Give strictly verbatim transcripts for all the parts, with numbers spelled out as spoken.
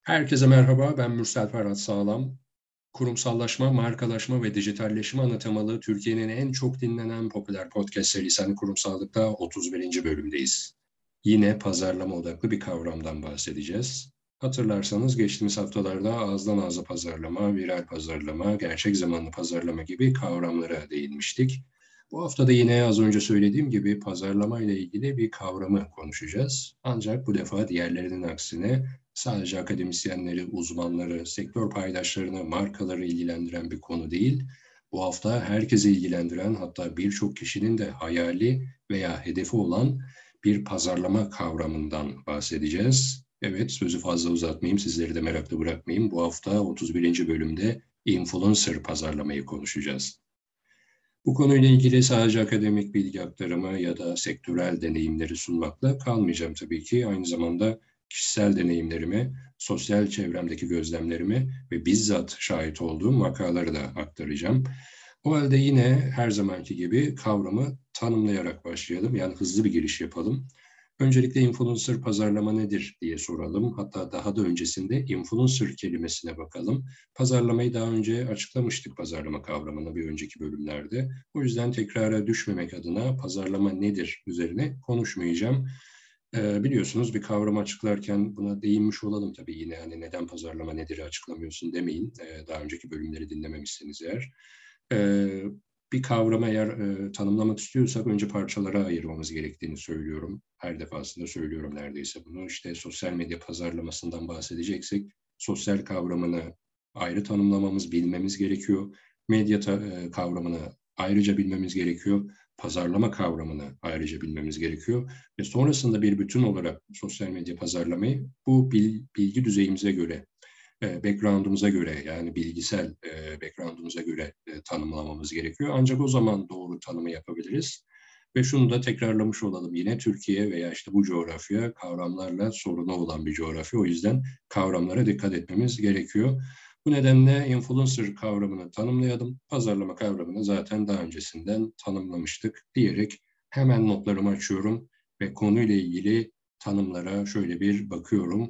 Herkese merhaba, ben Mürsel Ferhat Sağlam. Kurumsallaşma, markalaşma ve dijitalleşme ana temalı Türkiye'nin en çok dinlenen popüler podcast serisi Hani Kurumsallık'ta otuz birinci bölümdeyiz. Yine pazarlama odaklı bir kavramdan bahsedeceğiz. Hatırlarsanız geçtiğimiz haftalarda ağızdan ağza pazarlama, viral pazarlama, gerçek zamanlı pazarlama gibi kavramlara değinmiştik. Bu hafta da yine az önce söylediğim gibi pazarlama ile ilgili bir kavramı konuşacağız. Ancak bu defa diğerlerinin aksine sadece akademisyenleri, uzmanları, sektör paydaşlarını, markaları ilgilendiren bir konu değil. Bu hafta herkesi ilgilendiren, hatta birçok kişinin de hayali veya hedefi olan bir pazarlama kavramından bahsedeceğiz. Evet, sözü fazla uzatmayayım, sizleri de meraklı bırakmayayım. Bu hafta otuz birinci bölümde influencer pazarlamayı konuşacağız. Bu konuyla ilgili sadece akademik bilgi aktarımı ya da sektörel deneyimleri sunmakla kalmayacağım tabii ki. Aynı zamanda kişisel deneyimlerimi, sosyal çevremdeki gözlemlerimi ve bizzat şahit olduğum vakaları da aktaracağım. O halde yine her zamanki gibi kavramı tanımlayarak başlayalım. Yani hızlı bir giriş yapalım. Öncelikle influencer pazarlama nedir diye soralım. Hatta daha da öncesinde influencer kelimesine bakalım. Pazarlamayı daha önce açıklamıştık, pazarlama kavramını bir önceki bölümlerde. O yüzden tekrara düşmemek adına pazarlama nedir üzerine konuşmayacağım. Ee, biliyorsunuz bir kavramı açıklarken buna değinmiş olalım tabii yine. Hani neden pazarlama nedir açıklamıyorsun demeyin. Ee, daha önceki bölümleri dinlememişseniz eğer. Ee, bir kavramı eğer e, tanımlamak istiyorsak önce parçalara ayırmamız gerektiğini söylüyorum. Her defasında söylüyorum neredeyse bunu. İşte sosyal medya pazarlamasından bahsedeceksek sosyal kavramını ayrı tanımlamamız, bilmemiz gerekiyor. Medya e, kavramını ayrıca bilmemiz gerekiyor. Pazarlama kavramını ayrıca bilmemiz gerekiyor. Ve sonrasında bir bütün olarak sosyal medya pazarlamayı bu bilgi düzeyimize göre, background'umuza göre, yani bilgisel background'umuza göre tanımlamamız gerekiyor. Ancak o zaman doğru tanımı yapabiliriz. Ve şunu da tekrarlamış olalım yine, Türkiye veya işte bu coğrafya kavramlarla sorunu olan bir coğrafya. O yüzden kavramlara dikkat etmemiz gerekiyor. Bu nedenle influencer kavramını tanımlayalım. Pazarlama kavramını zaten daha öncesinden tanımlamıştık diyerek hemen notlarımı açıyorum ve konuyla ilgili tanımlara şöyle bir bakıyorum.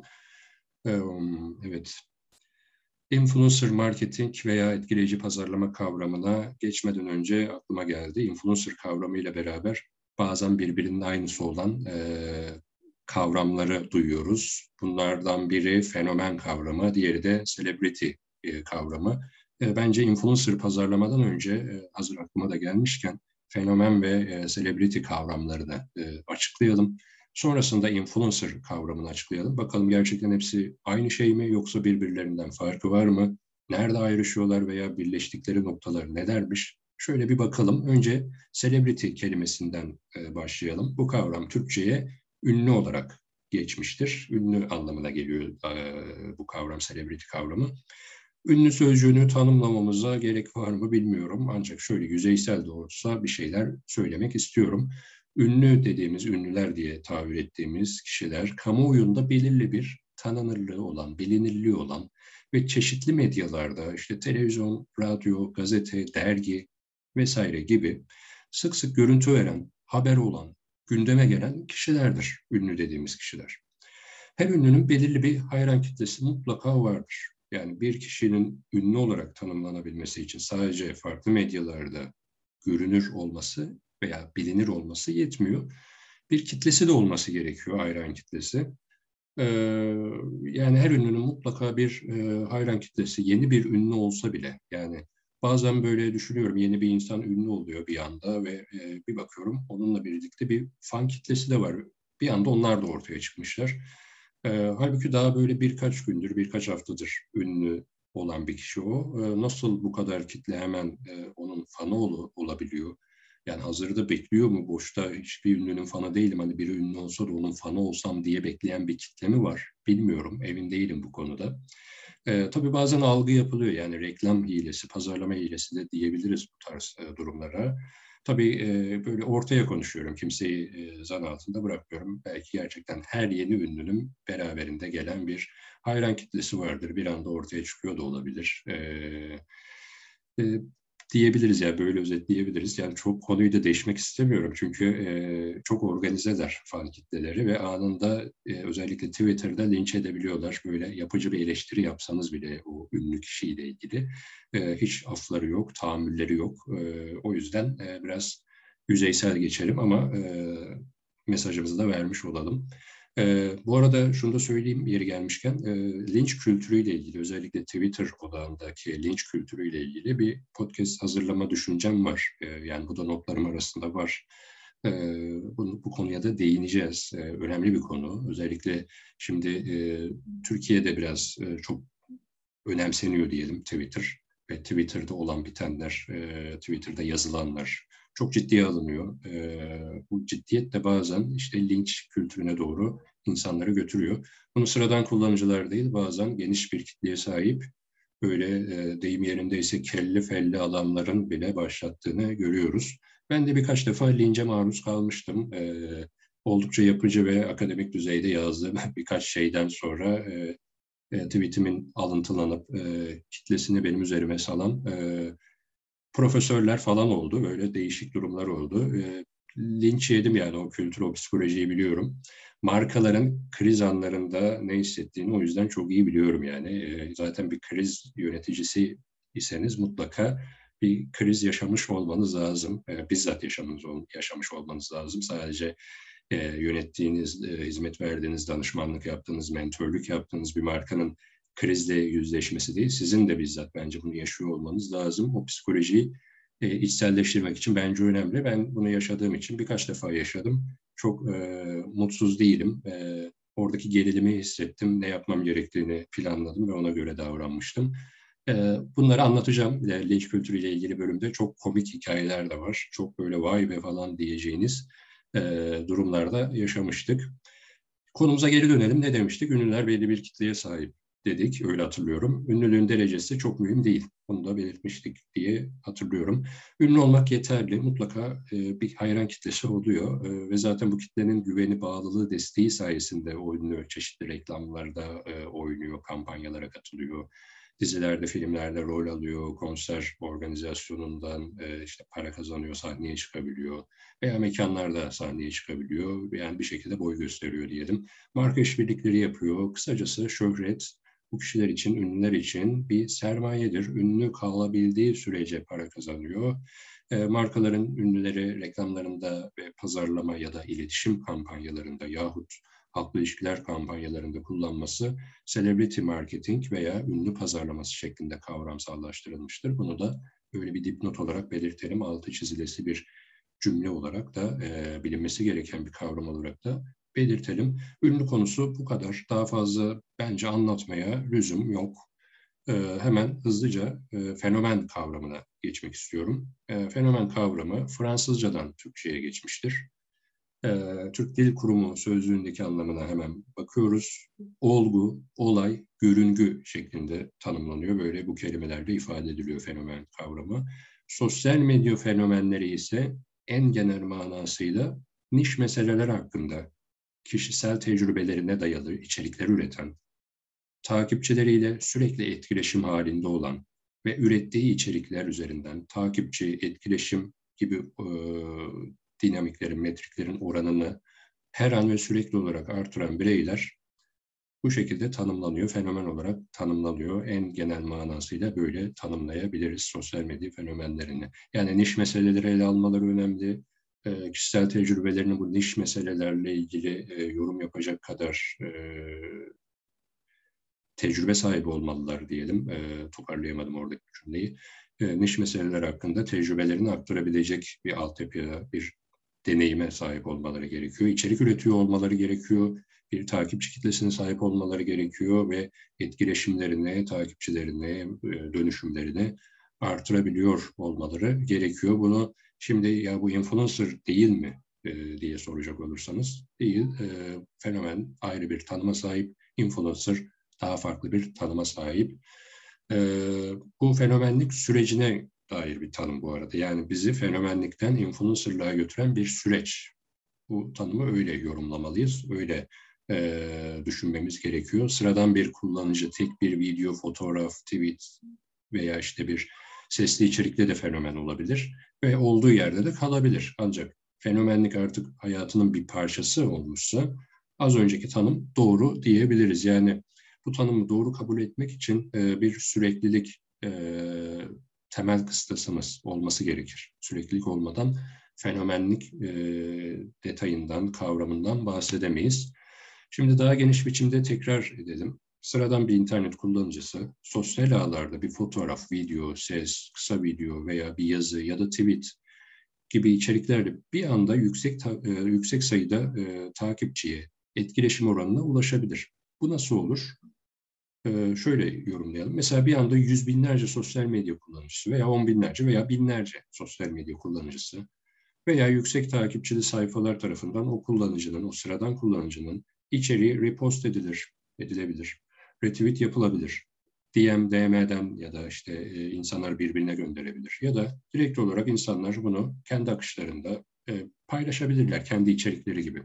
Evet, influencer marketing veya etkileyici pazarlama kavramına geçmeden önce aklıma geldi. Influencer kavramıyla beraber bazen birbirinin aynısı olan e, kavramları duyuyoruz. Bunlardan biri fenomen kavramı, diğeri de celebrity e, kavramı. E, bence influencer pazarlamadan önce e, hazır aklıma da gelmişken fenomen ve e, celebrity kavramlarını e, açıklayalım. Sonrasında influencer kavramını açıklayalım. Bakalım gerçekten hepsi aynı şey mi yoksa birbirlerinden farkı var mı? Nerede ayrışıyorlar veya birleştikleri noktalar nelermiş? Şöyle bir bakalım. Önce celebrity kelimesinden e, başlayalım. Bu kavram Türkçe'ye ünlü olarak geçmiştir. Ünlü anlamına geliyor e, bu kavram, celebrity kavramı. Ünlü sözcüğünü tanımlamamıza gerek var mı bilmiyorum. Ancak şöyle yüzeysel de olsa bir şeyler söylemek istiyorum. Ünlü dediğimiz, ünlüler diye tabir ettiğimiz kişiler kamuoyunda belirli bir tanınırlığı olan, bilinirliği olan ve çeşitli medyalarda işte televizyon, radyo, gazete, dergi vesaire gibi sık sık görüntü veren, haber olan, gündeme gelen kişilerdir ünlü dediğimiz kişiler. Her ünlünün belirli bir hayran kitlesi mutlaka vardır. Yani bir kişinin ünlü olarak tanımlanabilmesi için sadece farklı medyalarda görünür olması veya bilinir olması yetmiyor. Bir kitlesi de olması gerekiyor, hayran kitlesi. Ee, yani her ünlünün mutlaka bir e, hayran kitlesi, yeni bir ünlü olsa bile. Yani bazen böyle düşünüyorum, yeni bir insan ünlü oluyor bir anda ve e, bir bakıyorum onunla birlikte bir fan kitlesi de var. Bir anda onlar da ortaya çıkmışlar. E, halbuki daha böyle birkaç gündür, birkaç haftadır ünlü olan bir kişi o. E, nasıl bu kadar kitle hemen e, onun fanı ol, olabiliyor? Yani hazırda bekliyor mu boşta, hiçbir ünlünün fanı değilim, hani biri ünlü olsa da onun fanı olsam diye bekleyen bir kitle mi var? Bilmiyorum, emin değilim bu konuda. Ee, tabii bazen algı yapılıyor, yani reklam hilesi, pazarlama hilesi de diyebiliriz bu tarz e, durumlara. Tabii e, böyle ortaya konuşuyorum, kimseyi e, zan altında bırakmıyorum. Belki gerçekten her yeni ünlünün beraberinde gelen bir hayran kitlesi vardır. Bir anda ortaya çıkıyor da olabilir. Ee, e, diyebiliriz ya, böyle özetleyebiliriz. Yani çok konuyu da değişmek istemiyorum çünkü e, çok organizeler fan kitleleri ve anında e, özellikle Twitter'da linç edebiliyorlar. Böyle yapıcı bir eleştiri yapsanız bile o ünlü kişiyle ilgili e, hiç afları yok, tahammülleri yok. E, o yüzden e, biraz yüzeysel geçelim ama e, mesajımızı da vermiş olalım. Ee, bu arada şunu da söyleyeyim yeri gelmişken, e, linç kültürüyle ilgili, özellikle Twitter odağındaki linç kültürüyle ilgili bir podcast hazırlama düşüncem var. E, yani bu da notlarım arasında var. E, bu, bu konuya da değineceğiz. E, önemli bir konu. Özellikle şimdi e, Türkiye'de biraz e, çok önemseniyor diyelim Twitter ve Twitter'da olan bitenler, e, Twitter'da yazılanlar çok ciddiye alınıyor. E, bu ciddiyet de bazen işte linç kültürüne doğru insanları götürüyor. Bunu sıradan kullanıcılar değil, bazen geniş bir kitleye sahip böyle e, deyim yerindeyse kelli felli adamların bile başlattığını görüyoruz. Ben de birkaç defa lince maruz kalmıştım. E, oldukça yapıcı ve akademik düzeyde yazdığım birkaç şeyden sonra e, e, tweetimin alıntılanıp e, kitlesini benim üzerime salan e, profesörler falan oldu. Böyle değişik durumlar oldu. E, linç yedim yani, o kültürü, o psikolojiyi biliyorum. Markaların kriz anlarında ne hissettiğini o yüzden çok iyi biliyorum yani. E, zaten bir kriz yöneticisi iseniz mutlaka bir kriz yaşamış olmanız lazım. E, bizzat yaşamanız, yaşamış olmanız lazım. Sadece e, yönettiğiniz, e, hizmet verdiğiniz, danışmanlık yaptığınız, mentörlük yaptığınız bir markanın krizle yüzleşmesi değil, sizin de bizzat bence bunu yaşıyor olmanız lazım. O psikolojiyi e, içselleştirmek için bence önemli. Ben bunu yaşadığım için birkaç defa yaşadım. Çok e, mutsuz değilim. E, oradaki gerilimi hissettim. Ne yapmam gerektiğini planladım ve ona göre davranmıştım. E, bunları anlatacağım. E, linç kültürüyle ilgili bölümde çok komik hikayeler de var. Çok böyle vay be falan diyeceğiniz e, durumlarda yaşamıştık. Konumuza geri dönelim. Ne demiştik? Ünlüler belli bir kitleye sahip dedik. Öyle hatırlıyorum. Ünlülüğün derecesi çok mühim değil. Bunu da belirtmiştik diye hatırlıyorum. Ünlü olmak yeterli. Mutlaka e, bir hayran kitlesi oluyor. E, ve zaten bu kitlenin güveni, bağlılığı, desteği sayesinde o ünlü çeşitli reklamlarda e, oynuyor, kampanyalara katılıyor. Dizilerde, filmlerde rol alıyor, konser organizasyonundan e, işte para kazanıyor, sahneye çıkabiliyor veya mekanlarda sahneye çıkabiliyor. Yani bir şekilde boy gösteriyor diyelim. Marka işbirlikleri yapıyor. Kısacası şöhret bu kişiler için, ünlüler için bir sermayedir. Ünlü kalabildiği sürece para kazanıyor. E, markaların ünlüleri reklamlarında ve pazarlama ya da iletişim kampanyalarında yahut halkla ilişkiler kampanyalarında kullanması celebrity marketing veya ünlü pazarlaması şeklinde kavramsallaştırılmıştır. Bunu da böyle bir dipnot olarak belirtelim. Altı çizilesi bir cümle olarak da e, bilinmesi gereken bir kavram olarak da belirtelim. Ünlü konusu bu kadar. Daha fazla bence anlatmaya lüzum yok. E, hemen hızlıca e, fenomen kavramına geçmek istiyorum. E, fenomen kavramı Fransızcadan Türkçe'ye geçmiştir. E, Türk Dil Kurumu sözlüğündeki anlamına hemen bakıyoruz. Olgu, olay, görüngü şeklinde tanımlanıyor. Böyle bu kelimelerle ifade ediliyor fenomen kavramı. Sosyal medya fenomenleri ise en genel manasıyla niş meseleler hakkında kişisel tecrübelerine dayalı içerikler üreten, takipçileriyle sürekli etkileşim halinde olan ve ürettiği içerikler üzerinden takipçi, etkileşim gibi e, dinamiklerin, metriklerin oranını her an ve sürekli olarak artıran bireyler bu şekilde tanımlanıyor, fenomen olarak tanımlanıyor. En genel manasıyla böyle tanımlayabiliriz sosyal medya fenomenlerini. Yani niş meseleleri ele almaları önemli. E, kişisel tecrübelerini bu niş meselelerle ilgili e, yorum yapacak kadar e, tecrübe sahibi olmalılar diyelim. E, toparlayamadım oradaki cümleyi. E, niş meseleler hakkında tecrübelerini aktarabilecek bir altyapıya, bir deneyime sahip olmaları gerekiyor. İçerik üretiyor olmaları gerekiyor. Bir takipçi kitlesine sahip olmaları gerekiyor ve etkileşimlerini, takipçilerini, e, dönüşümlerini artırabiliyor olmaları gerekiyor. Bunu şimdi ya bu influencer değil mi e, diye soracak olursanız değil. E, fenomen ayrı bir tanıma sahip, influencer daha farklı bir tanıma sahip. E, bu fenomenlik sürecine dair bir tanım bu arada. Yani bizi fenomenlikten influencerlığa götüren bir süreç. Bu tanımı öyle yorumlamalıyız, öyle e, düşünmemiz gerekiyor. Sıradan bir kullanıcı tek bir video, fotoğraf, tweet veya işte bir Sesli içerikle de fenomen olabilir ve olduğu yerde de kalabilir. Ancak fenomenlik artık hayatının bir parçası olmuşsa az önceki tanım doğru diyebiliriz. Yani bu tanımı doğru kabul etmek için e, bir süreklilik e, temel kıstasımız olması gerekir. Süreklilik olmadan fenomenlik e, detayından, kavramından bahsedemeyiz. Şimdi daha geniş biçimde tekrar edelim. Sıradan bir internet kullanıcısı sosyal ağlarda bir fotoğraf, video, ses, kısa video veya bir yazı ya da tweet gibi içeriklerle bir anda yüksek e, yüksek sayıda e, takipçiye, etkileşim oranına ulaşabilir. Bu nasıl olur? E, şöyle yorumlayalım. Mesela bir anda yüz binlerce sosyal medya kullanıcısı veya on binlerce veya binlerce sosyal medya kullanıcısı veya yüksek takipçili sayfalar tarafından o kullanıcının, o sıradan kullanıcının içeriği repost edilir, edilebilir, retweet yapılabilir. D M, D M'den ya da işte e, insanlar birbirine gönderebilir. Ya da direkt olarak insanlar bunu kendi akışlarında e, paylaşabilirler, kendi içerikleri gibi.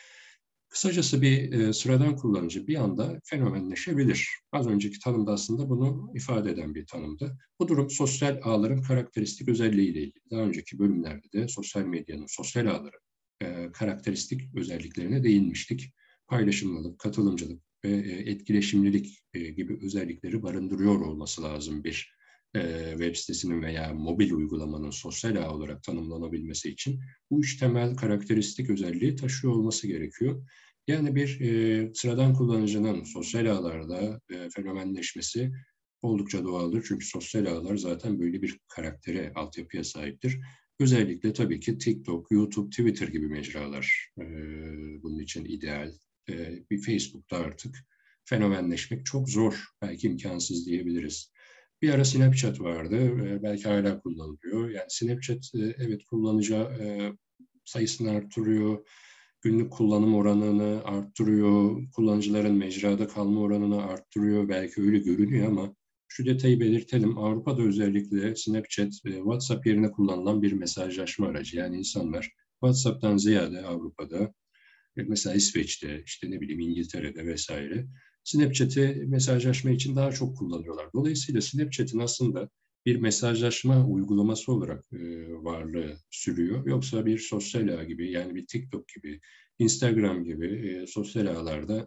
Kısacası bir e, sıradan kullanıcı bir anda fenomenleşebilir. Az önceki tanımda aslında bunu ifade eden bir tanımdı. Bu durum sosyal ağların karakteristik özelliğiyle ilgili. Daha önceki bölümlerde de sosyal medyanın, sosyal ağların e, karakteristik özelliklerine değinmiştik. Paylaşımlılık, katılımcılık ve e, etkileşimlilik e, gibi özellikleri barındırıyor olması lazım bir e, web sitesinin veya mobil uygulamanın sosyal ağ olarak tanımlanabilmesi için. Bu üç temel karakteristik özelliği taşıyor olması gerekiyor. Yani bir e, sıradan kullanıcının sosyal ağlarda e, fenomenleşmesi oldukça doğaldır. Çünkü sosyal ağlar zaten böyle bir karaktere, altyapıya sahiptir. Özellikle tabii ki TikTok, YouTube, Twitter gibi mecralar e, bunun için ideal. E, bir Facebook'ta artık fenomenleşmek çok zor, belki imkansız diyebiliriz. Bir ara Snapchat vardı, e, belki hala kullanılıyor. Yani Snapchat e, evet kullanıcı e, sayısını arttırıyor, günlük kullanım oranını arttırıyor, kullanıcıların mecrada kalma oranını arttırıyor. Belki öyle görünüyor ama şu detayı belirtelim. Avrupa'da özellikle Snapchat WhatsApp yerine kullanılan bir mesajlaşma aracı. Yani insanlar WhatsApp'tan ziyade Avrupa'da, mesela İsveç'te, işte ne bileyim İngiltere'de vesaire Snapchat'i mesajlaşma için daha çok kullanıyorlar. Dolayısıyla Snapchat'in aslında bir mesajlaşma uygulaması olarak e, varlığı sürüyor. Yoksa bir sosyal ağ gibi, yani bir TikTok gibi, Instagram gibi e, sosyal ağlarda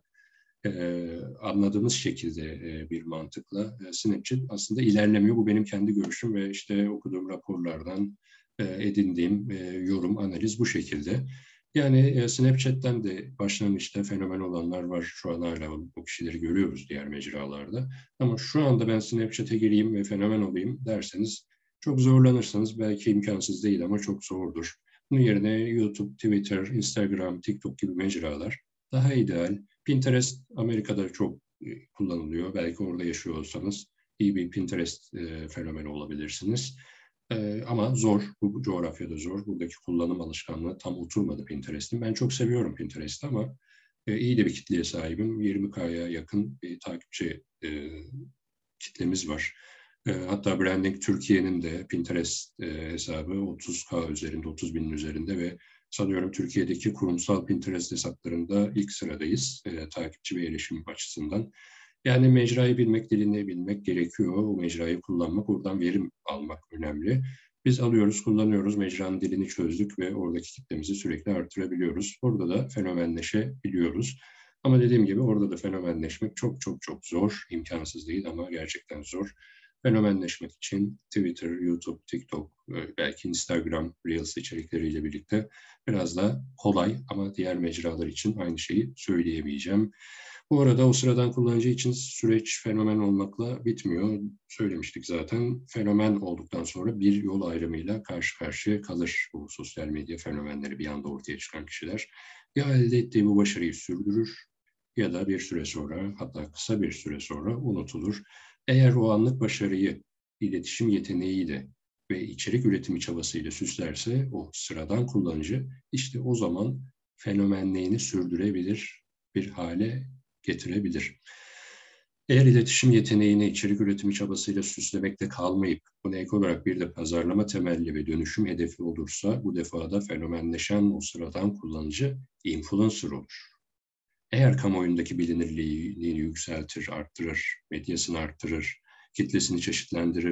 e, anladığımız şekilde e, bir mantıkla e, Snapchat aslında ilerlemiyor. Bu benim kendi görüşüm ve işte okuduğum raporlardan e, edindiğim e, yorum, analiz bu şekilde. Yani e, Snapchat'ten de başlangıçta fenomen olanlar var. Şu an hala o kişileri görüyoruz diğer mecralarda. Ama şu anda ben Snapchat'e gireyim ve fenomen olayım derseniz çok zorlanırsanız, belki imkansız değil ama çok zordur. Bunun yerine YouTube, Twitter, Instagram, TikTok gibi mecralar daha ideal. Pinterest Amerika'da çok e, kullanılıyor. Belki orada yaşıyor olsanız iyi bir Pinterest e, fenomeni olabilirsiniz. E, ama zor, bu coğrafyada zor. Buradaki kullanım alışkanlığı tam oturmadı Pinterest'in. Ben çok seviyorum Pinterest'i ama e, iyi de bir kitleye sahibim. yirmi K'ya yakın bir takipçi e, kitlemiz var. E, hatta Branding Türkiye'nin de Pinterest e, hesabı otuz K üzerinde, otuz binin üzerinde ve sanıyorum Türkiye'deki kurumsal Pinterest hesaplarında ilk sıradayız e, takipçi ve erişim açısından. Yani mecrayı bilmek, dilini bilmek gerekiyor. O mecrayı kullanmak, oradan verim almak önemli. Biz alıyoruz, kullanıyoruz, mecranın dilini çözdük ve oradaki kitlemizi sürekli artırabiliyoruz. Orada da fenomenleşebiliyoruz. Ama dediğim gibi orada da fenomenleşmek çok çok çok zor. İmkansız değil ama gerçekten zor. Fenomenleşmek için Twitter, YouTube, TikTok, belki Instagram Reels içerikleriyle birlikte biraz da kolay ama diğer mecralar için aynı şeyi söyleyemeyeceğim. Bu arada o sıradan kullanıcı için süreç fenomen olmakla bitmiyor. Söylemiştik zaten. Fenomen olduktan sonra bir yol ayrımıyla karşı karşıya kalır bu sosyal medya fenomenleri, bir anda ortaya çıkan kişiler. Ya elde ettiği bu başarıyı sürdürür ya da bir süre sonra, hatta kısa bir süre sonra unutulur. Eğer o anlık başarıyı iletişim yeteneğiyle ve içerik üretimi çabasıyla süslerse o sıradan kullanıcı işte o zaman fenomenliğini sürdürebilir, bir hale getirebilir. Eğer iletişim yeteneğini içerik üretimi çabasıyla süslemekte kalmayıp buna ek olarak bir de pazarlama temelli ve dönüşüm hedefi olursa bu defada fenomenleşen o sıradan kullanıcı influencer olur. Eğer kamuoyundaki bilinirliğini yükseltir, arttırır, medyasını arttırır, kitlesini çeşitlendirir,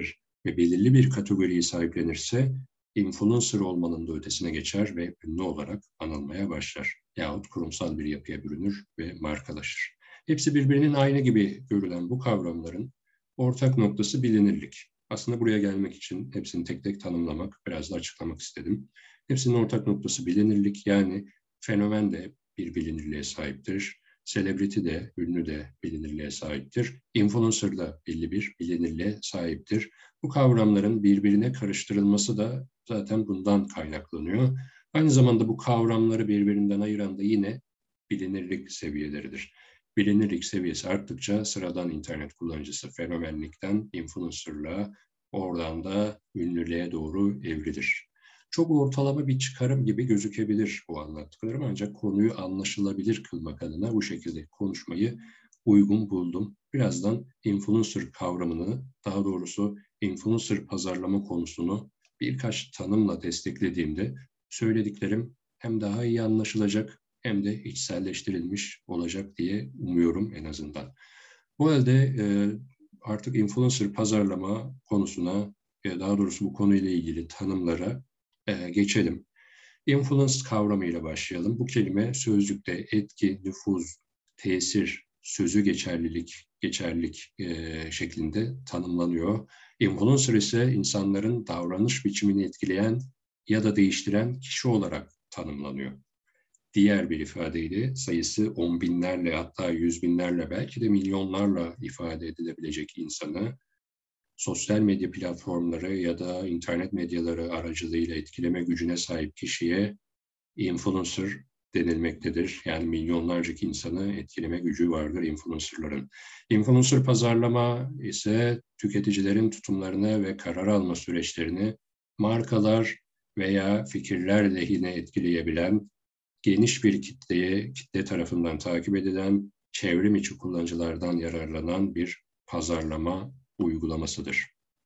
ve belirli bir kategoriyi sahiplenirse influencer olmanın da ötesine geçer ve ünlü olarak anılmaya başlar. Yahut kurumsal bir yapıya bürünür ve markalaşır. Hepsi birbirinin aynı gibi görülen bu kavramların ortak noktası bilinirlik. Aslında buraya gelmek için hepsini tek tek tanımlamak, biraz da açıklamak istedim. Hepsinin ortak noktası bilinirlik, yani fenomen de bir bilinirliğe sahiptir. Celebrity de, ünlü de bilinirliğe sahiptir. Influencer da belli bir bilinirliğe sahiptir. Bu kavramların birbirine karıştırılması da zaten bundan kaynaklanıyor. Aynı zamanda bu kavramları birbirinden ayıran da yine bilinirlik seviyeleridir. Bilinirlik seviyesi arttıkça sıradan internet kullanıcısı fenomenlikten influencerlığa, oradan da ünlülüğe doğru evrilir. Çok ortalama bir çıkarım gibi gözükebilir bu anlattıklarım, ancak konuyu anlaşılabilir kılmak adına bu şekilde konuşmayı uygun buldum. Birazdan influencer kavramını, daha doğrusu influencer pazarlama konusunu birkaç tanımla desteklediğimde söylediklerim hem daha iyi anlaşılacak hem de içselleştirilmiş olacak diye umuyorum en azından. Bu halde e, artık influencer pazarlama konusuna, e, daha doğrusu bu konuyla ilgili tanımlara e, geçelim. Influence kavramıyla başlayalım. Bu kelime sözlükte etki, nüfuz, tesir, sözü geçerlilik, geçerlilik e, şeklinde tanımlanıyor. Influencer ise insanların davranış biçimini etkileyen ya da değiştiren kişi olarak tanımlanıyor. Diğer bir ifadeyle sayısı on binlerle, hatta yüz binlerle, belki de milyonlarla ifade edilebilecek insanı sosyal medya platformları ya da internet medyaları aracılığıyla etkileme gücüne sahip kişiye influencer denilmektedir. Yani milyonlarca insanı etkileme gücü vardır influencerların. Influencer pazarlama ise tüketicilerin tutumlarını ve karar alma süreçlerini markalar veya fikirler lehine etkileyebilen, geniş bir kitleye, kitle tarafından takip edilen, çevrim içi kullanıcılardan yararlanan bir pazarlama uygulamasıdır.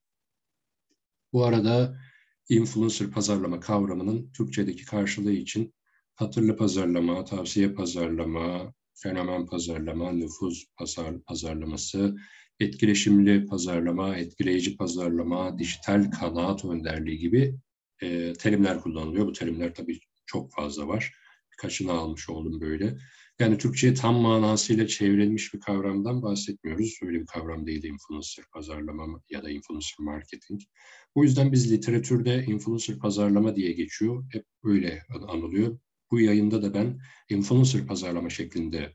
Bu arada influencer pazarlama kavramının Türkçedeki karşılığı için hatırlı pazarlama, tavsiye pazarlama, fenomen pazarlama, nüfuz pazar, pazarlaması, etkileşimli pazarlama, etkileyici pazarlama, dijital kanaat önderliği gibi e, terimler kullanılıyor. Bu terimler tabii çok fazla var. Birkaçını almış oldum böyle. Yani Türkçe'ye tam manasıyla çevrilmiş bir kavramdan bahsetmiyoruz. Öyle bir kavram değil influencer pazarlama ya da influencer marketing. O yüzden biz literatürde influencer pazarlama diye geçiyor. Hep öyle anılıyor. Bu yayında da ben influencer pazarlama şeklinde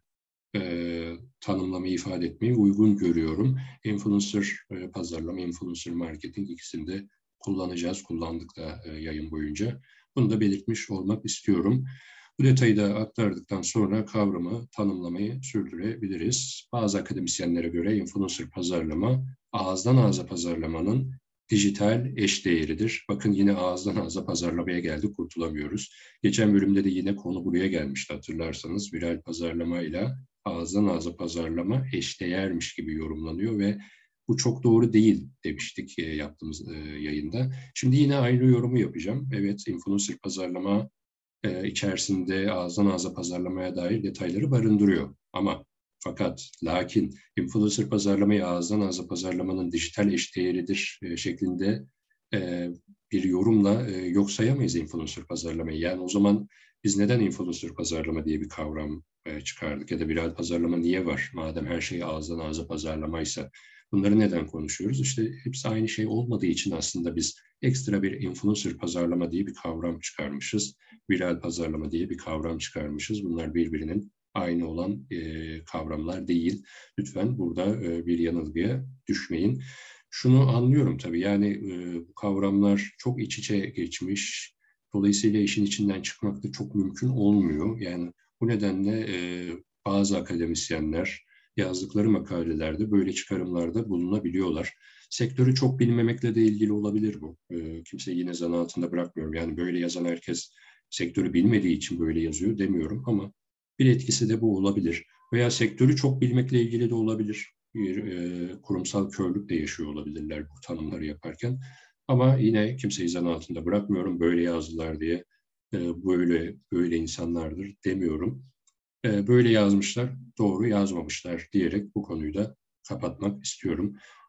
e, tanımlamayı ifade etmeyi uygun görüyorum. Influencer e, pazarlama, influencer marketing ikisini de kullanacağız. Kullandık da e, yayın boyunca. Bunu da belirtmiş olmak istiyorum. Bu detayı da aktardıktan sonra kavramı tanımlamayı sürdürebiliriz. Bazı akademisyenlere göre influencer pazarlama, ağızdan ağza pazarlamanın dijital eşdeğeridir. Bakın yine ağızdan ağza pazarlamaya geldik, kurtulamıyoruz. Geçen bölümde de yine konu buraya gelmişti hatırlarsanız. Viral pazarlamayla ağızdan ağza pazarlama eşdeğermiş gibi yorumlanıyor ve bu çok doğru değil demiştik e, yaptığımız e, yayında. Şimdi yine aynı yorumu yapacağım. Evet, influencer pazarlama e, içerisinde ağızdan ağza pazarlamaya dair detayları barındırıyor. Ama fakat lakin influencer pazarlamayı ağızdan ağza pazarlamanın dijital eşdeğeridir e, şeklinde e, bir yorumla e, yok sayamayız influencer pazarlamayı. Yani o zaman biz neden influencer pazarlama diye bir kavram e, çıkardık ya da viral pazarlama niye var? Madem her şey ağızdan ağza pazarlamaysa bunları neden konuşuyoruz? İşte hepsi aynı şey olmadığı için aslında biz ekstra bir influencer pazarlama diye bir kavram çıkarmışız. Viral pazarlama diye bir kavram çıkarmışız. Bunlar birbirinin aynı olan e, kavramlar değil. Lütfen burada e, bir yanılgıya düşmeyin. Şunu anlıyorum tabii, yani e, bu kavramlar çok iç içe geçmiş. Dolayısıyla işin içinden çıkmak da çok mümkün olmuyor. Yani bu nedenle e, bazı akademisyenler yazdıkları makalelerde böyle çıkarımlarda bulunabiliyorlar. Sektörü çok bilmemekle de ilgili olabilir bu. E, kimseyi yine zan altında bırakmıyorum. Yani böyle yazan herkes sektörü bilmediği için böyle yazıyor demiyorum ama bir etkisi de bu olabilir. Veya sektörü çok bilmekle ilgili de olabilir. Bir e, kurumsal körlük de yaşıyor olabilirler bu tanımları yaparken. Ama yine kimseyi zan altında bırakmıyorum. Böyle yazdılar diye e, böyle böyle insanlardır demiyorum. E, böyle yazmışlar, doğru yazmamışlar diyerek bu konuyu da kapatmak istiyorum.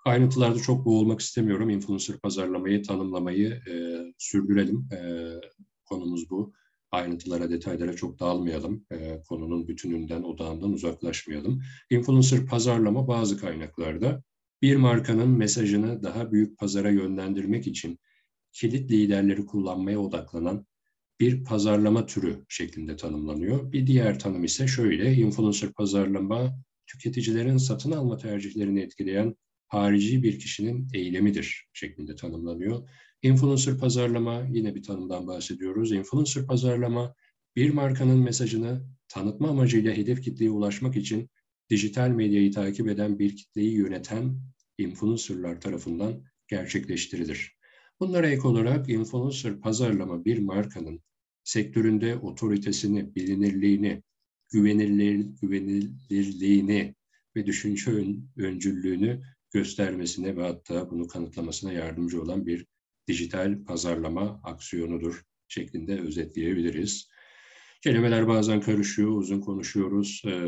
Ayrıntılarda çok boğulmak istemiyorum. Influencer pazarlamayı, tanımlamayı e, sürdürelim. E, konumuz bu. Ayrıntılara, detaylara çok dalmayalım. E, konunun bütününden, odağından uzaklaşmayalım. Influencer pazarlama bazı kaynaklarda bir markanın mesajını daha büyük pazara yönlendirmek için kilit liderleri kullanmaya odaklanan bir pazarlama türü şeklinde tanımlanıyor. Bir diğer tanım ise şöyle: influencer pazarlama, tüketicilerin satın alma tercihlerini etkileyen harici bir kişinin eylemidir şeklinde tanımlanıyor. Influencer pazarlama, yine bir tanımdan bahsediyoruz. Influencer pazarlama, bir markanın mesajını tanıtma amacıyla hedef kitleye ulaşmak için dijital medyayı takip eden bir kitleyi yöneten influencerlar tarafından gerçekleştirilir. Bunlara ek olarak influencer pazarlama bir markanın sektöründe otoritesini, bilinirliğini, güvenilir, güvenilirliğini ve düşünce ön, öncüllüğünü göstermesine ve hatta bunu kanıtlamasına yardımcı olan bir dijital pazarlama aksiyonudur şeklinde özetleyebiliriz. Kelimeler bazen karışıyor, uzun konuşuyoruz. Ee,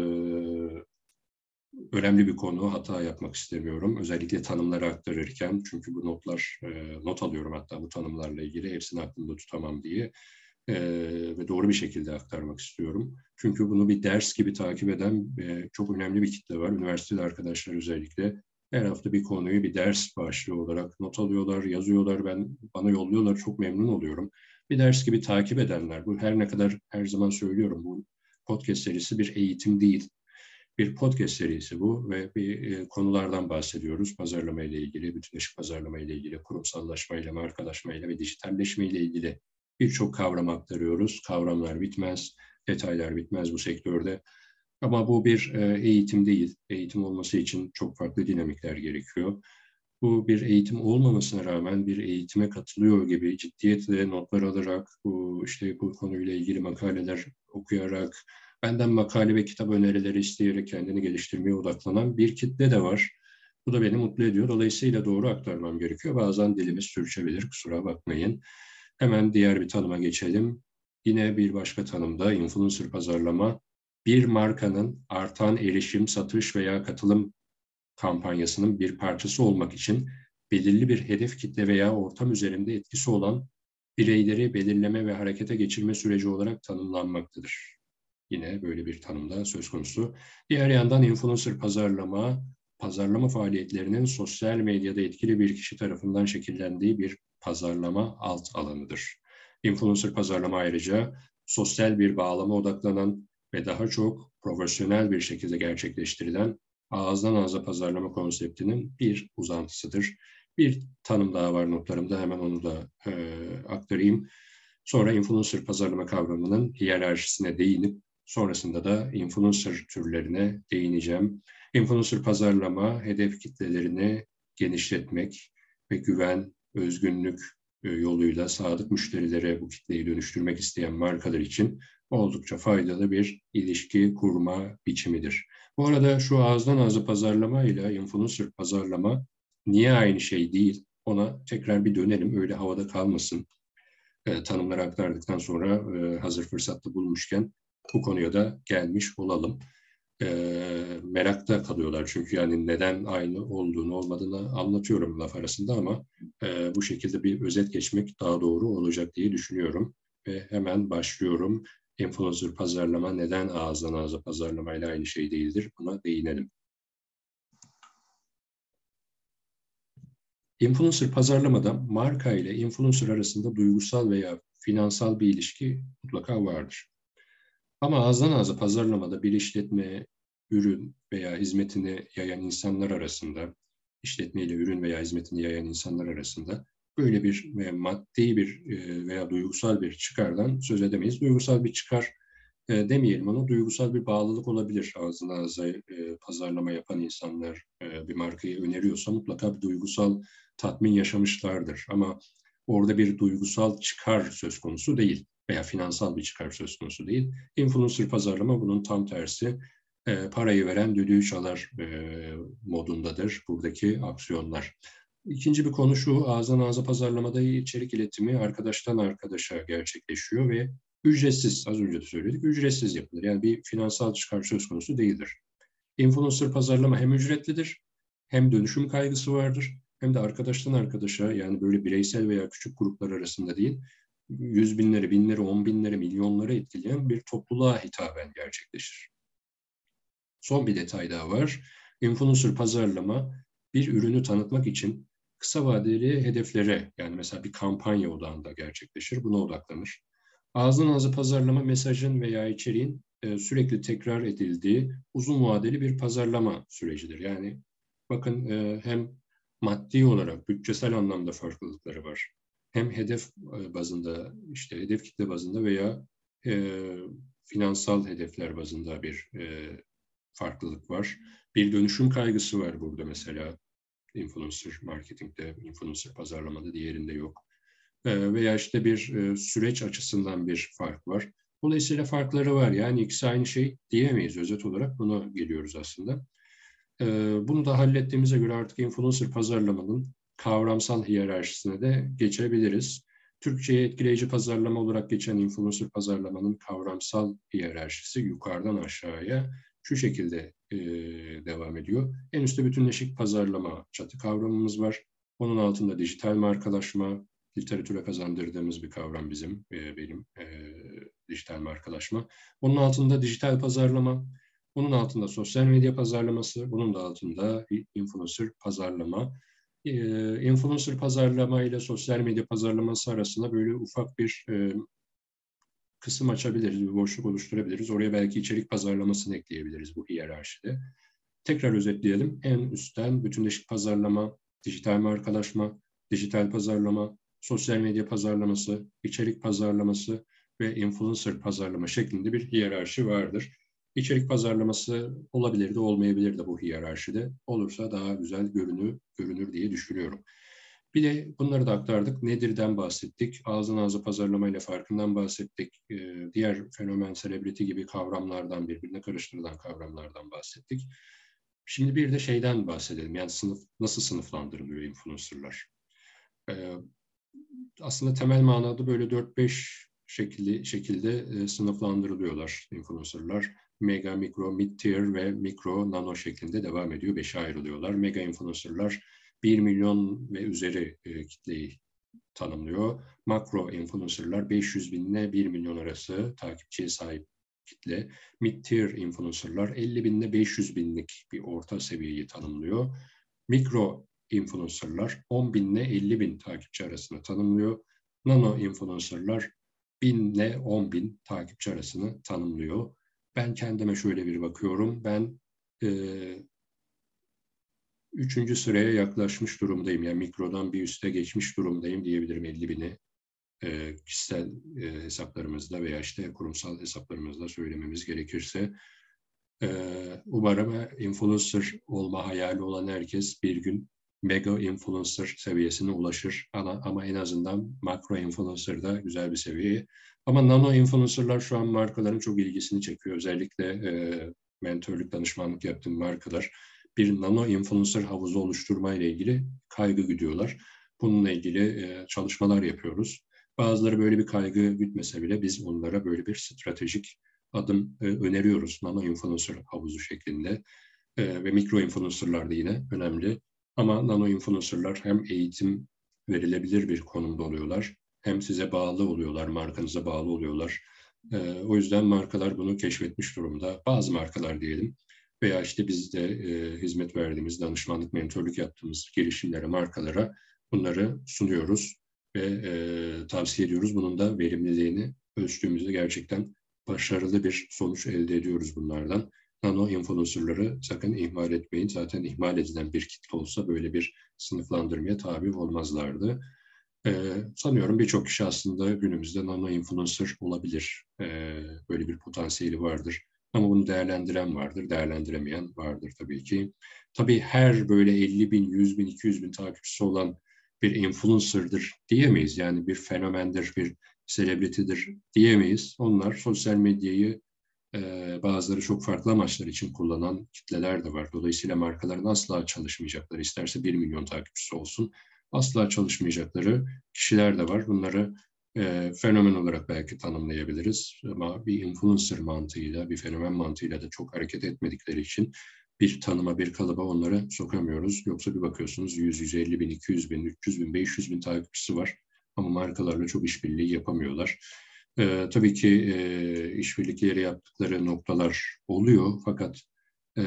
önemli bir konu, hata yapmak istemiyorum. Özellikle tanımları aktarırken, çünkü bu notlar, e, not alıyorum hatta bu tanımlarla ilgili, hepsini aklımda tutamam diye. Ee, ve doğru bir şekilde aktarmak istiyorum. Çünkü bunu bir ders gibi takip eden e, çok önemli bir kitle var. Üniversitede arkadaşlar özellikle her hafta bir konuyu bir ders başlığı olarak not alıyorlar, yazıyorlar, ben bana yolluyorlar, çok memnun oluyorum. Bir ders gibi takip edenler, bu her ne kadar her zaman söylüyorum, bu podcast serisi bir eğitim değil. Bir podcast serisi bu ve bir e, konulardan bahsediyoruz. Pazarlama ile ilgili, bütünleşik pazarlama ile ilgili, kurumsallaşma ile, markalaşma ile ve dijitalleşme ile ilgili birçok kavram aktarıyoruz. Kavramlar bitmez, detaylar bitmez bu sektörde. Ama bu bir e, eğitim değil. Eğitim olması için çok farklı dinamikler gerekiyor. Bu bir eğitim olmamasına rağmen bir eğitime katılıyor gibi ciddiyetle notlar alarak, bu işte bu konuyla ilgili makaleler okuyarak, benden makale ve kitap önerileri isteyerek kendini geliştirmeye odaklanan bir kitle de var. Bu da beni mutlu ediyor. Dolayısıyla doğru aktarmam gerekiyor. Bazen dilimiz sürçebilir, kusura bakmayın. Hemen diğer bir tanıma geçelim. Yine bir başka tanımda influencer pazarlama, bir markanın artan erişim, satış veya katılım kampanyasının bir parçası olmak için belirli bir hedef kitle veya ortam üzerinde etkisi olan bireyleri belirleme ve harekete geçirme süreci olarak tanımlanmaktadır. Yine böyle bir tanımda söz konusu. Diğer yandan influencer pazarlama, pazarlama faaliyetlerinin sosyal medyada etkili bir kişi tarafından şekillendiği bir pazarlama alt alanıdır. Influencer pazarlama ayrıca sosyal bir bağlama odaklanan ve daha çok profesyonel bir şekilde gerçekleştirilen ağızdan ağza pazarlama konseptinin bir uzantısıdır. Bir tanım daha var notlarımda, hemen onu da e, aktarayım. Sonra influencer pazarlama kavramının hiyerarşisine değinip sonrasında da influencer türlerine değineceğim. Influencer pazarlama, hedef kitlelerini genişletmek ve güven, özgünlük yoluyla sadık müşterilere bu kitleyi dönüştürmek isteyen markalar için oldukça faydalı bir ilişki kurma biçimidir. Bu arada şu ağızdan ağza pazarlama ile influencer pazarlama niye aynı şey değil? Ona tekrar bir dönelim, öyle havada kalmasın. E, tanımları aktardıktan sonra e, hazır fırsatlı bulmuşken bu konuya da gelmiş olalım. E, merakta kalıyorlar çünkü yani neden aynı olduğunu olmadığını anlatıyorum laf arasında ama e, bu şekilde bir özet geçmek daha doğru olacak diye düşünüyorum. Ve hemen başlıyorum. Influencer pazarlama neden ağızdan ağza pazarlamayla aynı şey değildir? Buna değinelim. Influencer pazarlamada marka ile influencer arasında duygusal veya finansal bir ilişki mutlaka vardır. Ama ağızdan ağza pazarlamada bir işletme, ürün veya hizmetini yayan insanlar arasında, işletmeyle ürün veya hizmetini yayan insanlar arasında böyle bir maddi bir veya duygusal bir çıkardan söz edemeyiz. Duygusal bir çıkar e, demeyelim, ona duygusal bir bağlılık olabilir. Ağzına ağza e, pazarlama yapan insanlar e, bir markayı öneriyorsa mutlaka bir duygusal tatmin yaşamışlardır. Ama orada bir duygusal çıkar söz konusu değil veya finansal bir çıkar söz konusu değil. Influencer pazarlama bunun tam tersi. E, parayı veren düdüğü çalar e, modundadır buradaki aksiyonlar. İkinci bir konu şu: ağızdan ağza pazarlamada içerik iletimi arkadaştan arkadaşa gerçekleşiyor ve ücretsiz, az önce de söyledik, ücretsiz yapılır. Yani bir finansal çıkar söz konusu değildir. Influencer pazarlama hem ücretlidir hem dönüşüm kaygısı vardır hem de arkadaştan arkadaşa, yani böyle bireysel veya küçük gruplar arasında değil, yüz binleri, binleri, on binleri, milyonları etkileyen bir topluluğa hitaben gerçekleşir. Son bir detay daha var. Influencer pazarlama bir ürünü tanıtmak için kısa vadeli hedeflere, yani mesela bir kampanya odağında gerçekleşir, buna odaklanır. Ağızdan ağza pazarlama mesajın veya içeriğin e, sürekli tekrar edildiği uzun vadeli bir pazarlama sürecidir. Yani bakın e, hem maddi olarak bütçesel anlamda farklılıkları var. Hem hedef e, bazında, işte hedef kitle bazında veya e, finansal hedefler bazında bir e, farklılık var. Bir dönüşüm kaygısı var burada mesela. Influencer marketingde, influencer pazarlamada diğerinde yok. E, veya işte bir e, süreç açısından bir fark var. Dolayısıyla farkları var. Yani ikisi aynı şey diyemeyiz. Özet olarak buna geliyoruz aslında. E, bunu da hallettiğimize göre artık influencer pazarlamanın kavramsal hiyerarşisine de geçebiliriz. Türkçe'ye etkileyici pazarlama olarak geçen influencer pazarlamanın kavramsal hiyerarşisi yukarıdan aşağıya şu şekilde e, devam ediyor. En üstte bütünleşik pazarlama çatı kavramımız var. Onun altında dijital markalaşma, literatüre kazandırdığımız bir kavram bizim, e, benim e, dijital markalaşma. Onun altında dijital pazarlama, bunun altında sosyal medya pazarlaması, bunun da altında influencer pazarlama. Ee, influencer pazarlama ile sosyal medya pazarlaması arasında böyle ufak bir e, kısım açabiliriz, bir boşluk oluşturabiliriz. Oraya belki içerik pazarlamasını ekleyebiliriz bu hiyerarşide. Tekrar özetleyelim. En üstten bütünleşik pazarlama, dijital markalaşma, dijital pazarlama, sosyal medya pazarlaması, içerik pazarlaması ve influencer pazarlama şeklinde bir hiyerarşi vardır. İçerik pazarlaması olabilir de olmayabilir de bu hiyerarşide. Olursa daha güzel görünür, görünür diye düşünüyorum. Bir de bunları da aktardık. Nedir'den bahsettik. Ağızdan ağza pazarlamayla farkından bahsettik. Ee, diğer fenomen, celebrity gibi kavramlardan, birbirine karıştırılan kavramlardan bahsettik. Şimdi bir de şeyden bahsedelim. Yani sınıf, nasıl sınıflandırılıyor influencerlar? Ee, aslında temel manada böyle dört beş şekilde, şekilde e, sınıflandırılıyorlar influencerlar. Mega, mikro, mid tier ve mikro, nano şeklinde devam ediyor. Beşe ayrılıyorlar. Mega influencerlar bir milyon ve üzeri e, kitleyi tanımlıyor. Makro influencerlar beş yüz bin ile bir milyon arası takipçiye sahip kitle. Mid-tier influencerlar elli bin ile beş yüz binlik bir orta seviyeyi tanımlıyor. Mikro influencerlar on bin ile elli bin takipçi arasını tanımlıyor. Nano influencerlar bin ile on bin takipçi arasını tanımlıyor. Ben kendime şöyle bir bakıyorum. Ben e, üçüncü sıraya yaklaşmış durumdayım. Yani mikrodan bir üste geçmiş durumdayım diyebilirim elli bini. E, kişisel e, hesaplarımızda veya işte kurumsal hesaplarımızda söylememiz gerekirse. E, umarım influencer olma hayali olan herkes bir gün mega influencer seviyesine ulaşır. Ama, ama en azından makro influencer da güzel bir seviye. Ama nano influencerlar şu an markaların çok ilgisini çekiyor. Özellikle e, mentörlük, danışmanlık yaptığım markalar bir nano influencer havuzu oluşturma ile ilgili kaygı güdüyorlar. Bununla ilgili e, çalışmalar yapıyoruz. Bazıları böyle bir kaygı gütmese bile biz onlara böyle bir stratejik adım e, öneriyoruz. Nano influencer havuzu şeklinde e, ve mikro influencerlar da yine önemli. Ama nano influencerlar hem eğitim verilebilir bir konumda oluyorlar, hem size bağlı oluyorlar, markanıza bağlı oluyorlar. E, o yüzden markalar bunu keşfetmiş durumda. Bazı markalar diyelim veya işte biz de e, hizmet verdiğimiz, danışmanlık, mentörlük yaptığımız girişimlere, markalara bunları sunuyoruz ve e, tavsiye ediyoruz. Bunun da verimliliğini ölçtüğümüzde gerçekten başarılı bir sonuç elde ediyoruz bunlardan. Nano influencerları sakın ihmal etmeyin. Zaten ihmal edilen bir kitle olsa böyle bir sınıflandırmaya tabi olmazlardı. Ee, sanıyorum birçok kişi aslında günümüzde nano influencer olabilir. Ee, böyle bir potansiyeli vardır. Ama bunu değerlendiren vardır, değerlendiremeyen vardır tabii ki. Tabii her böyle elli bin, yüz bin, iki yüz bin takipçisi olan bir influencer'dır diyemeyiz. Yani bir fenomendir, bir celebrity'dir diyemeyiz. Onlar sosyal medyayı e, bazıları çok farklı amaçlar için kullanan kitleler de var. Dolayısıyla markaların asla çalışmayacakları, isterse bir milyon takipçisi olsun, asla çalışmayacakları kişiler de var. Bunları e, fenomen olarak belki tanımlayabiliriz. Ama bir influencer mantığıyla, bir fenomen mantığıyla da çok hareket etmedikleri için bir tanıma, bir kalıba onları sokamıyoruz. Yoksa bir bakıyorsunuz yüz, yüz elli bin, iki yüz bin, üç yüz bin, beş yüz bin takipçisi var. Ama markalarla çok işbirliği yapamıyorlar. Ee, tabii ki e, işbirlikleri yaptıkları noktalar oluyor. Fakat e,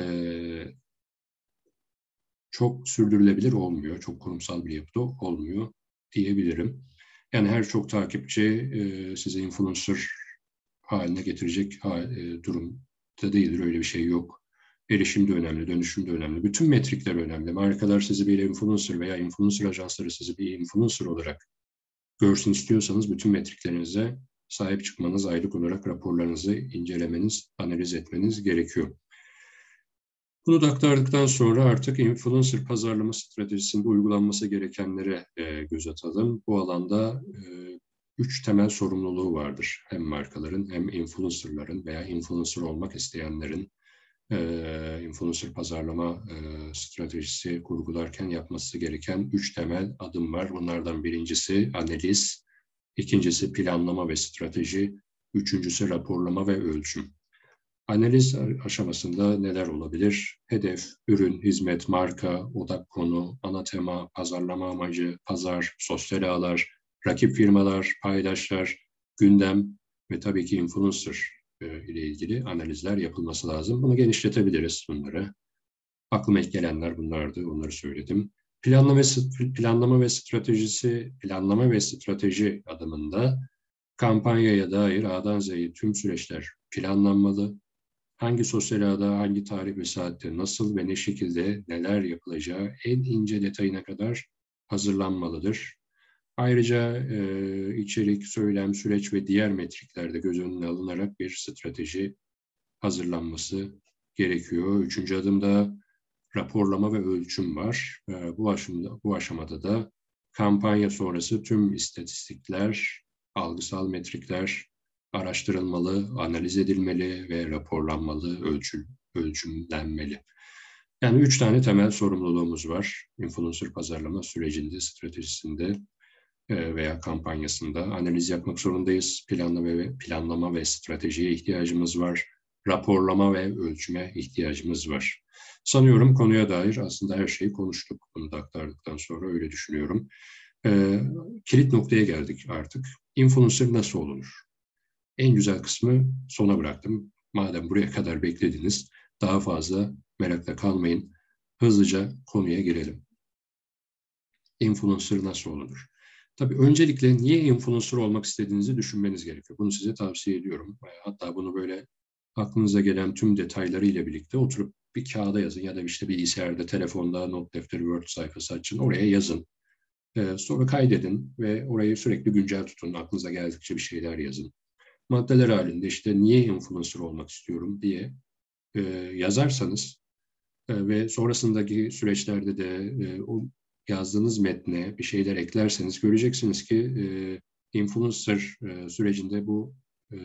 çok sürdürülebilir olmuyor. Çok kurumsal bir yapıda olmuyor diyebilirim. Yani her çok takipçi e, sizi influencer haline getirecek ha, e, durumda değildir. Öyle bir şey yok. Erişim de önemli, dönüşüm de önemli. Bütün metrikler önemli. Markalar sizi bir influencer veya influencer ajansları sizi bir influencer olarak görsün istiyorsanız bütün metriklerinize sahip çıkmanız, aylık olarak raporlarınızı incelemeniz, analiz etmeniz gerekiyor. Bunu da aktardıktan sonra artık influencer pazarlama stratejisinde uygulanması gerekenlere e, göz atalım. Bu alanda e, üç temel sorumluluğu vardır. Hem markaların hem influencerların veya influencer olmak isteyenlerin e, influencer pazarlama e, stratejisi kurgularken yapması gereken üç temel adım var. Bunlardan birincisi analiz, ikincisi planlama ve strateji, üçüncüsü raporlama ve ölçüm. Analiz aşamasında neler olabilir? Hedef, ürün, hizmet, marka, odak konu, ana tema, pazarlama amacı, pazar, sosyal ağlar, rakip firmalar, paydaşlar, gündem ve tabii ki influencer ile ilgili analizler yapılması lazım. Bunu genişletebiliriz bunları. Aklıma ilk gelenler bunlardı, onları söyledim. Planlama, planlama ve stratejisi, planlama ve strateji adımında kampanyaya dair A'dan Z'ye tüm süreçler planlanmalı. Hangi sosyal ağda, hangi tarih ve saatte, nasıl ve ne şekilde neler yapılacağı en ince detayına kadar hazırlanmalıdır. Ayrıca e, içerik, söylem, süreç ve diğer metriklerde göz önüne alınarak bir strateji hazırlanması gerekiyor. Üçüncü adımda raporlama ve ölçüm var. E, bu aşamada, bu aşamada da kampanya sonrası tüm istatistikler, algısal metrikler araştırılmalı, analiz edilmeli ve raporlanmalı, ölçül, ölçümlenmeli. Yani üç tane temel sorumluluğumuz var. Influencer pazarlama sürecinde, stratejisinde veya kampanyasında analiz yapmak zorundayız. Planlama ve planlama ve stratejiye ihtiyacımız var. Raporlama ve ölçüme ihtiyacımız var. Sanıyorum konuya dair aslında her şeyi konuştuk. Bunu da aktardıktan sonra öyle düşünüyorum. Ee, kilit noktaya geldik artık. Influencer nasıl olunur? En güzel kısmı sona bıraktım. Madem buraya kadar beklediniz, daha fazla merakla kalmayın. Hızlıca konuya girelim. Influencer nasıl olunur? Tabii öncelikle niye influencer olmak istediğinizi düşünmeniz gerekiyor. Bunu size tavsiye ediyorum. Hatta bunu böyle aklınıza gelen tüm detaylarıyla birlikte oturup bir kağıda yazın ya da işte bilgisayarda, telefonda, not defteri, Word sayfası açın. Oraya yazın. Ee, sonra kaydedin ve orayı sürekli güncel tutun. Aklınıza geldikçe bir şeyler yazın. Maddeler halinde işte niye influencer olmak istiyorum diye e, yazarsanız e, ve sonrasındaki süreçlerde de e, o yazdığınız metne bir şeyler eklerseniz göreceksiniz ki e, influencer e, sürecinde bu e,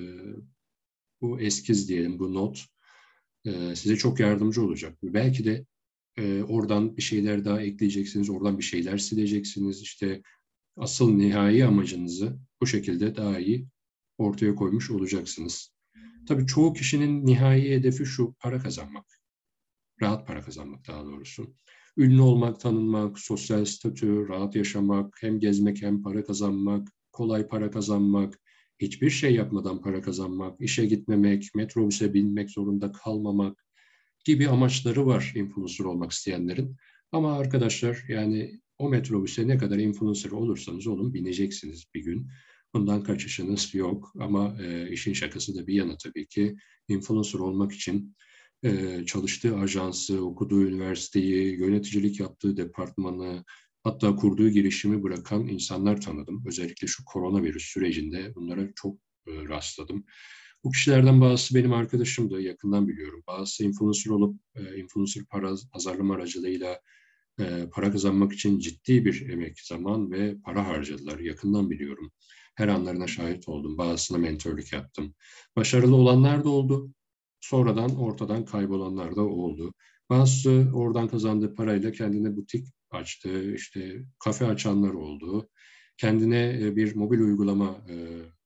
bu eskiz diyelim, bu not e, size çok yardımcı olacak. Belki de e, oradan bir şeyler daha ekleyeceksiniz, oradan bir şeyler sileceksiniz. İşte asıl nihai amacınızı bu şekilde daha iyi ortaya koymuş olacaksınız. Tabii çoğu kişinin nihai hedefi şu: para kazanmak. Rahat para kazanmak daha doğrusu. Ünlü olmak, tanınmak, sosyal statü, rahat yaşamak, hem gezmek hem para kazanmak, kolay para kazanmak, hiçbir şey yapmadan para kazanmak, işe gitmemek, metrobüse binmek zorunda kalmamak gibi amaçları var influencer olmak isteyenlerin. Ama arkadaşlar, yani o metrobüse ne kadar influencer olursanız olun bineceksiniz bir gün. Bundan kaçışınız yok. Ama e, işin şakası da bir yana tabii ki influencer olmak için e, çalıştığı ajansı, okuduğu üniversiteyi, yöneticilik yaptığı departmanı, hatta kurduğu girişimi bırakan insanlar tanıdım. Özellikle şu koronavirüs sürecinde bunlara çok e, rastladım. Bu kişilerden bazısı benim arkadaşımdı, yakından biliyorum. Bazısı influencer olup e, influencer para, pazarlama aracılığıyla e, para kazanmak için ciddi bir emek, zaman ve para harcadılar. Yakından biliyorum. Her anlarına şahit oldum. Bazısına mentörlük yaptım. Başarılı olanlar da oldu. Sonradan ortadan kaybolanlar da oldu. Bazısı oradan kazandığı parayla kendine butik açtı, işte kafe açanlar oldu. Kendine bir mobil uygulama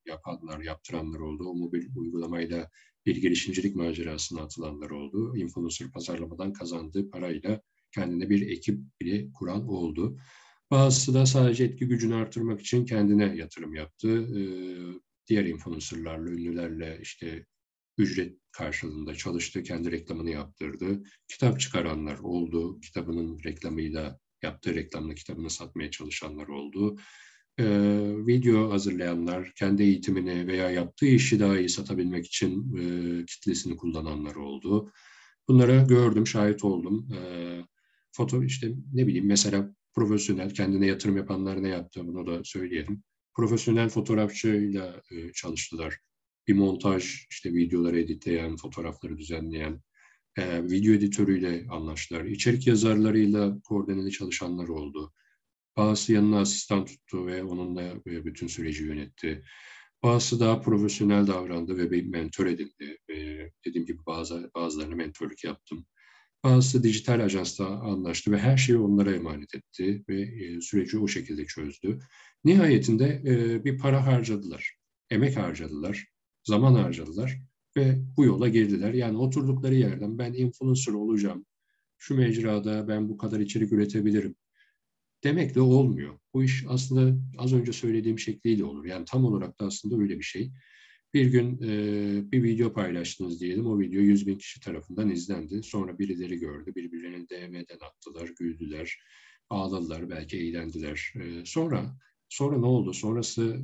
yapanlar, yaptıranlar oldu. O mobil uygulamayla bir girişimcilik macerasına atılanlar oldu. Influencer pazarlamadan kazandığı parayla kendine bir ekip bile kuran oldu. Bazısı da sadece etki gücünü artırmak için kendine yatırım yaptı. Ee, diğer influencerlarla, ünlülerle işte ücret karşılığında çalıştı, kendi reklamını yaptırdı. Kitap çıkaranlar oldu, kitabının reklamıyla, yaptığı reklamla kitabını satmaya çalışanlar oldu. Ee, video hazırlayanlar, kendi eğitimini veya yaptığı işi daha iyi satabilmek için e, kitlesini kullananlar oldu. Bunlara gördüm, şahit oldum. Ee, foto işte ne bileyim mesela profesyonel kendine yatırım yapanlar ne yaptı bunu da söyleyelim. Profesyonel fotoğrafçıyla e, çalıştılar. Bir montaj, işte videoları editleyen, fotoğrafları düzenleyen, e, video editörüyle anlaştılar. İçerik yazarlarıyla koordineli çalışanlar oldu. Bazısı yanına asistan tuttu ve onunla e, bütün süreci yönetti. Bazısı daha profesyonel davrandı ve bir mentor edindi. E, dediğim gibi bazı, bazılarına mentorluk yaptım. Bazısı dijital ajansla anlaştı ve her şeyi onlara emanet etti ve e, süreci o şekilde çözdü. Nihayetinde e, bir para harcadılar, emek harcadılar, zaman harcadılar ve bu yola girdiler. Yani oturdukları yerden ben influencer olacağım, şu mecrada ben bu kadar içerik üretebilirim demek de olmuyor. Bu iş aslında az önce söylediğim şekliyle olur. Yani tam olarak da aslında öyle bir şey. Bir gün e, bir video paylaştınız diyelim. O video yüz bin kişi tarafından izlendi. Sonra birileri gördü. Birbirlerine D M'den attılar, güldüler, ağladılar, belki eğlendiler. E, sonra sonra ne oldu? Sonrası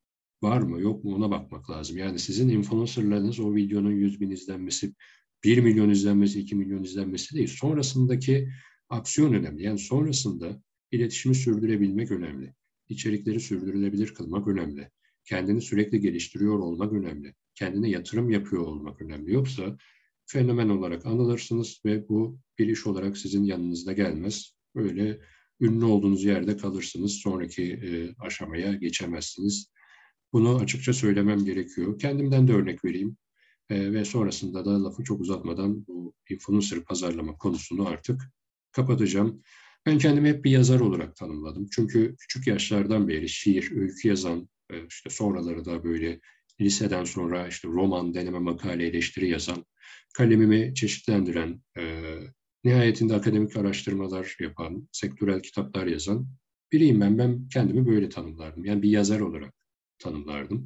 var mı yok mu ona bakmak lazım. Yani sizin influencerlarınız o videonun yüz bin izlenmesi, bir milyon izlenmesi, iki milyon izlenmesi değil. Sonrasındaki aksiyon önemli. Yani sonrasında iletişimi sürdürebilmek önemli. İçerikleri sürdürülebilir kılmak önemli. Kendini sürekli geliştiriyor olmak önemli. Kendine yatırım yapıyor olmak önemli. Yoksa fenomen olarak anılırsınız ve bu bir iş olarak sizin yanınızda gelmez. Böyle ünlü olduğunuz yerde kalırsınız. Sonraki e, aşamaya geçemezsiniz. Bunu açıkça söylemem gerekiyor. Kendimden de örnek vereyim. E, ve sonrasında da lafı çok uzatmadan bu influencer pazarlama konusunu artık kapatacağım. Ben kendimi hep bir yazar olarak tanımladım. Çünkü küçük yaşlardan beri şiir, öykü yazan, e, işte sonraları da böyle liseden sonra işte roman, deneme, makale, eleştiri yazan, kalemimi çeşitlendiren, e, nihayetinde akademik araştırmalar yapan, sektörel kitaplar yazan biriyim ben. Ben kendimi böyle tanımlardım. Yani bir yazar olarak tanımlardım.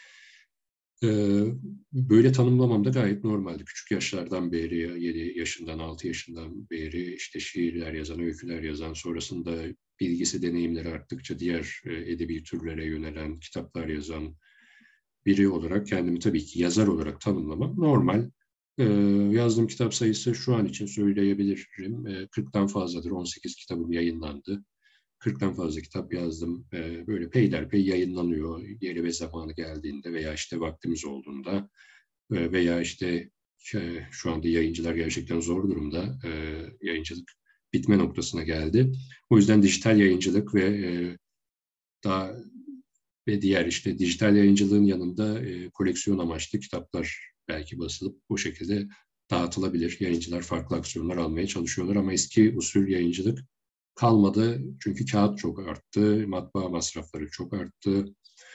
Ee, böyle tanımlamam da gayet normaldi. Küçük yaşlardan beri, yedi yaşından, altı yaşından beri işte şiirler yazan, öyküler yazan, sonrasında bilgisi, deneyimleri arttıkça diğer e, edebi türlere yönelen kitaplar yazan biri olarak kendimi tabii ki yazar olarak tanımlamam normal. Ee, yazdığım kitap sayısı şu an için söyleyebilirim. Ee, kırktan fazladır. on sekiz kitabım yayınlandı. kırktan fazla kitap yazdım. Ee, böyle peyderpey yayınlanıyor. Yeri ve zamanı geldiğinde veya işte vaktimiz olduğunda e, veya işte e, şu anda yayıncılar gerçekten zor durumda. E, yayıncılık bitme noktasına geldi. O yüzden dijital yayıncılık ve e, daha ve diğer işte dijital yayıncılığın yanında e, koleksiyon amaçlı kitaplar belki basılıp bu şekilde dağıtılabilir. Yayıncılar farklı aksiyonlar almaya çalışıyorlar ama eski usul yayıncılık kalmadı. Çünkü kağıt çok arttı, matbaa masrafları çok arttı.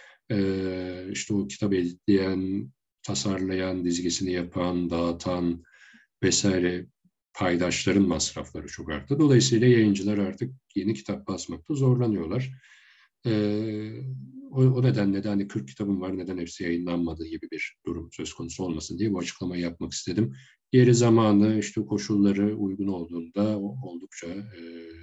Ee, işte o kitabı editleyen, tasarlayan, dizgisini yapan, dağıtan vesaire paydaşların masrafları çok arttı. Dolayısıyla yayıncılar artık yeni kitap basmakta zorlanıyorlar. Ee, o, o nedenle de hani kırk kitabım var neden hepsi yayınlanmadı gibi bir durum söz konusu olmasın diye bu açıklamayı yapmak istedim. Yeri zamanı işte koşulları uygun olduğunda oldukça e,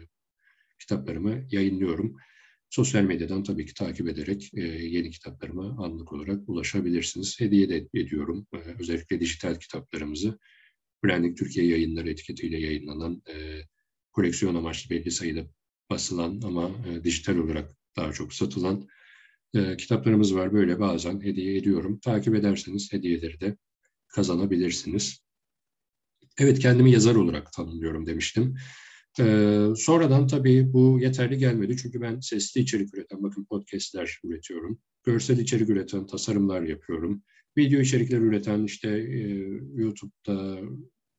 kitaplarımı yayınlıyorum. Sosyal medyadan tabii ki takip ederek e, yeni kitaplarıma anlık olarak ulaşabilirsiniz. Hediye de ediyorum. E, özellikle dijital kitaplarımızı Branding Türkiye Yayınları etiketiyle yayınlanan e, koleksiyon amaçlı belli sayıda basılan ama e, dijital olarak daha çok satılan e, kitaplarımız var. Böyle bazen hediye ediyorum. Takip ederseniz hediyeleri de kazanabilirsiniz. Evet, kendimi yazar olarak tanımlıyorum demiştim. Ee, sonradan tabii bu yeterli gelmedi. Çünkü ben sesli içerik üreten, bakın podcastler üretiyorum. Görsel içerik üreten, tasarımlar yapıyorum. Video içerikler üreten, işte e, YouTube'da,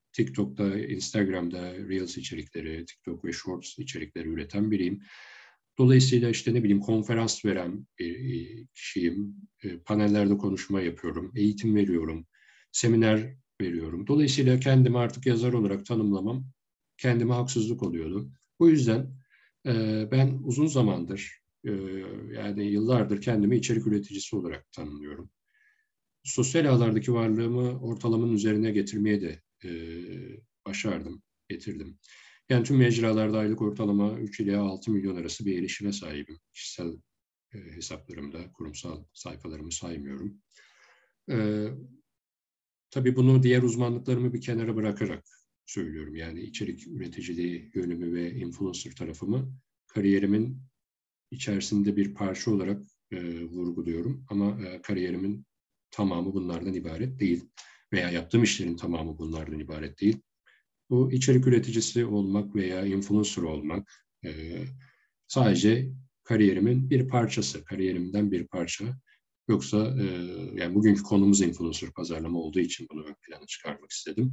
TikTok'ta, Instagram'da Reels içerikleri, TikTok ve Shorts içerikleri üreten biriyim. Dolayısıyla işte ne bileyim konferans veren bir kişiyim, panellerde konuşma yapıyorum, eğitim veriyorum, seminer veriyorum. Dolayısıyla kendimi artık yazar olarak tanımlamam kendime haksızlık oluyordu. Bu yüzden ben uzun zamandır, yani yıllardır kendimi içerik üreticisi olarak tanımlıyorum. Sosyal ağlardaki varlığımı ortalamanın üzerine getirmeye de başardım, getirdim. Yani tüm mecralarda aylık ortalama üç ila altı milyon arası bir erişime sahibim. Kişisel e, hesaplarımda, kurumsal sayfalarımı saymıyorum. E, tabii bunu diğer uzmanlıklarımı bir kenara bırakarak söylüyorum. Yani içerik üreticiliği yönümü ve influencer tarafımı kariyerimin içerisinde bir parça olarak e, vurguluyorum. Ama e, kariyerimin tamamı bunlardan ibaret değil. Veya yaptığım işlerin tamamı bunlardan ibaret değil. Bu içerik üreticisi olmak veya influencer olmak e, sadece kariyerimin bir parçası, kariyerimden bir parça. Yoksa e, yani bugünkü konumuz influencer pazarlama olduğu için bunu ön plana çıkarmak istedim.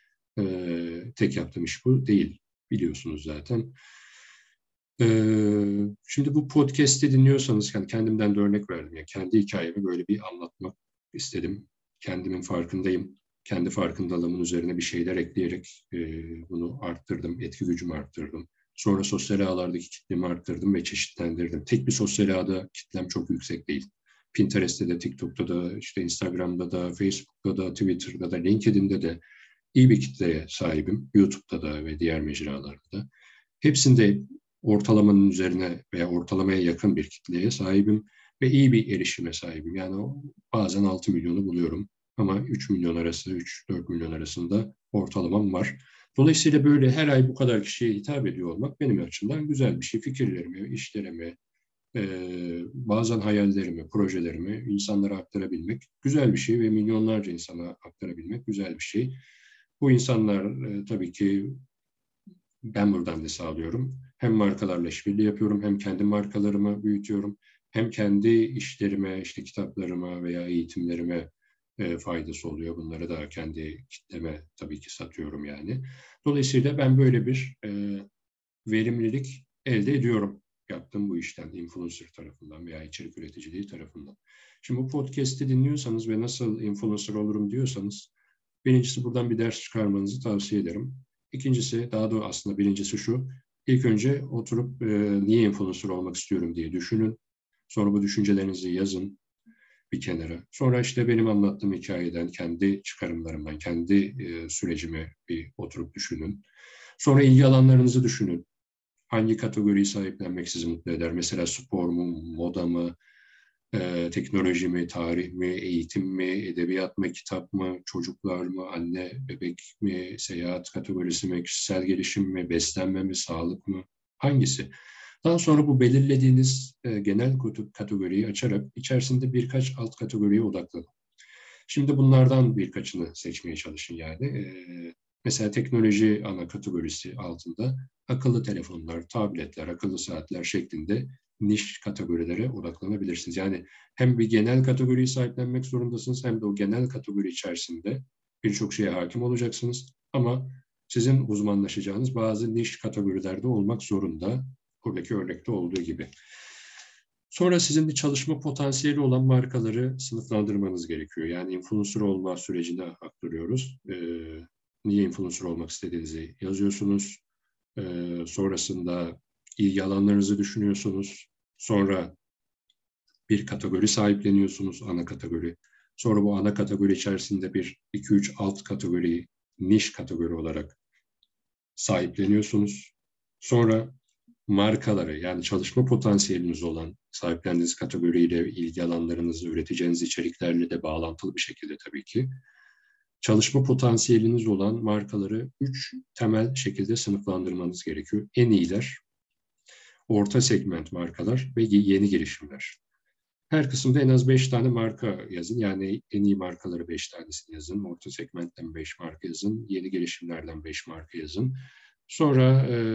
E, tek yaptığım iş bu değil, biliyorsunuz zaten. E, şimdi bu podcast'i dinliyorsanız, yani kendimden de örnek verdim. Yani kendi hikayemi böyle bir anlatmak istedim. Kendimin farkındayım. Kendi farkındalığımın üzerine bir şeyler ekleyerek e, bunu arttırdım, etki gücümü arttırdım. Sonra sosyal ağlardaki kitlemi arttırdım ve çeşitlendirdim. Tek bir sosyal ağda kitlem çok yüksek değil. Pinterest'te de, TikTok'ta da, işte Instagram'da da, Facebook'ta da, Twitter'da da, LinkedIn'de de iyi bir kitleye sahibim. YouTube'da da ve diğer mecralarda da. Hepsinde ortalamanın üzerine veya ortalamaya yakın bir kitleye sahibim ve iyi bir erişime sahibim. Yani bazen altı milyonu buluyorum ama üç milyon arası, üç dört milyon arasında ortalamam var. Dolayısıyla böyle her ay bu kadar kişiye hitap ediyor olmak benim açımdan güzel bir şey. Fikirlerimi, işlerimi, e, bazen hayallerimi, projelerimi insanlara aktarabilmek güzel bir şey ve milyonlarca insana aktarabilmek güzel bir şey. Bu insanlar e, tabii ki ben buradan da sağlıyorum. Hem markalarla işbirliği yapıyorum, hem kendi markalarımı büyütüyorum, hem kendi işlerime, işte kitaplarıma veya eğitimlerime e, faydası oluyor. Bunları da kendi kitleme tabii ki satıyorum yani. Dolayısıyla ben böyle bir e, verimlilik elde ediyorum yaptığım bu işten, influencer tarafından veya içerik üreticiliği tarafından. Şimdi bu podcast'i dinliyorsanız ve nasıl influencer olurum diyorsanız, birincisi buradan bir ders çıkarmanızı tavsiye ederim. İkincisi, daha da aslında birincisi şu, ilk önce oturup e, niye influencer olmak istiyorum diye düşünün. Sonra bu düşüncelerinizi yazın bir kenara. Sonra işte benim anlattığım hikayeden, kendi çıkarımlarımdan, kendi e, sürecimi bir oturup düşünün. Sonra ilgi alanlarınızı düşünün. Hangi kategoriyi sahiplenmek sizi mutlu eder? Mesela spor mu, moda mı, e, teknoloji mi, tarih mi, eğitim mi, edebiyat mı, kitap mı, çocuklar mı, anne, bebek mi, seyahat kategorisi mi, kişisel gelişim mi, beslenme mi, sağlık mı? Hangisi? Daha sonra bu belirlediğiniz e, genel kategoriyi açarak içerisinde birkaç alt kategoriye odaklanın. Şimdi bunlardan birkaçını seçmeye çalışın yani. Ee, mesela teknoloji ana kategorisi altında akıllı telefonlar, tabletler, akıllı saatler şeklinde niş kategorilere odaklanabilirsiniz. Yani hem bir genel kategoriyi sahiplenmek zorundasınız, hem de o genel kategori içerisinde birçok şeye hakim olacaksınız. Ama sizin uzmanlaşacağınız bazı niş kategorilerde olmak zorunda. Buradaki örnekte olduğu gibi. Sonra sizin bir çalışma potansiyeli olan markaları sınıflandırmanız gerekiyor. Yani influencer olma sürecine aktarıyoruz. Ee, niye influencer olmak istediğinizi yazıyorsunuz. Ee, sonrasında ilgi alanlarınızı düşünüyorsunuz. Sonra bir kategori sahipleniyorsunuz, ana kategori. Sonra bu ana kategori içerisinde bir iki üç alt kategori, niş kategori olarak sahipleniyorsunuz. Sonra markaları, yani çalışma potansiyeliniz olan sahiplendiğiniz kategoriyle, ilgi alanlarınızı, üreteceğiniz içeriklerle de bağlantılı bir şekilde tabii ki çalışma potansiyeliniz olan markaları üç temel şekilde sınıflandırmanız gerekiyor. En iyiler, orta segment markalar ve yeni girişimler. Her kısımda en az beş tane marka yazın. Yani en iyi markaları beş tanesini yazın. Orta segmentten beş marka yazın. Yeni girişimlerden beş marka yazın. Sonra e,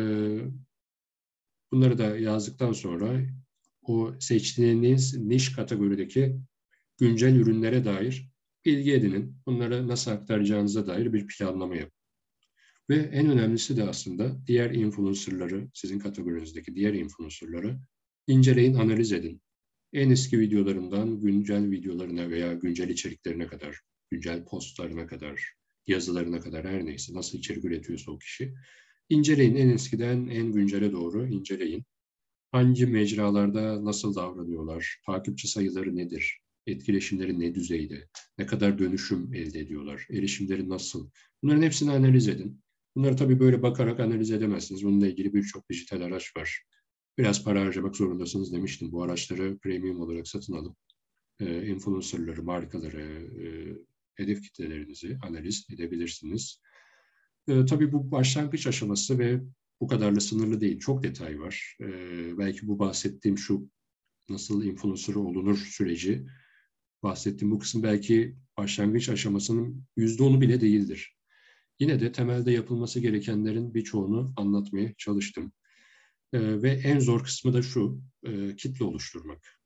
bunları da yazdıktan sonra o seçtiğiniz niş kategorideki güncel ürünlere dair bilgi edinin. Bunları nasıl aktaracağınıza dair bir planlama yapın. Ve en önemlisi de aslında diğer influencerları, sizin kategorinizdeki diğer influencerları İnceleyin, analiz edin. En eski videolarından güncel videolarına veya güncel içeriklerine kadar, güncel postlarına kadar, yazılarına kadar her neyse nasıl içerik üretiyorsa o kişi. İnceleyin, en eskiden en güncele doğru inceleyin. Hangi mecralarda nasıl davranıyorlar, takipçi sayıları nedir, etkileşimleri ne düzeyde, ne kadar dönüşüm elde ediyorlar, erişimleri nasıl? Bunların hepsini analiz edin. Bunları tabii böyle bakarak analiz edemezsiniz. Bununla ilgili birçok dijital araç var. Biraz para harcamak zorundasınız demiştim. Bu araçları premium olarak satın alıp e, influencerları, markaları, e, hedef kitlelerinizi analiz edebilirsiniz. E, tabii bu başlangıç aşaması ve bu kadarla sınırlı değil. Çok detay var. E, belki bu bahsettiğim şu nasıl influencer olunur süreci, bahsettiğim bu kısım belki başlangıç aşamasının yüzde onu bile değildir. Yine de temelde yapılması gerekenlerin birçoğunu anlatmaya çalıştım. E, ve en zor kısmı da şu, e, kitle oluşturmak.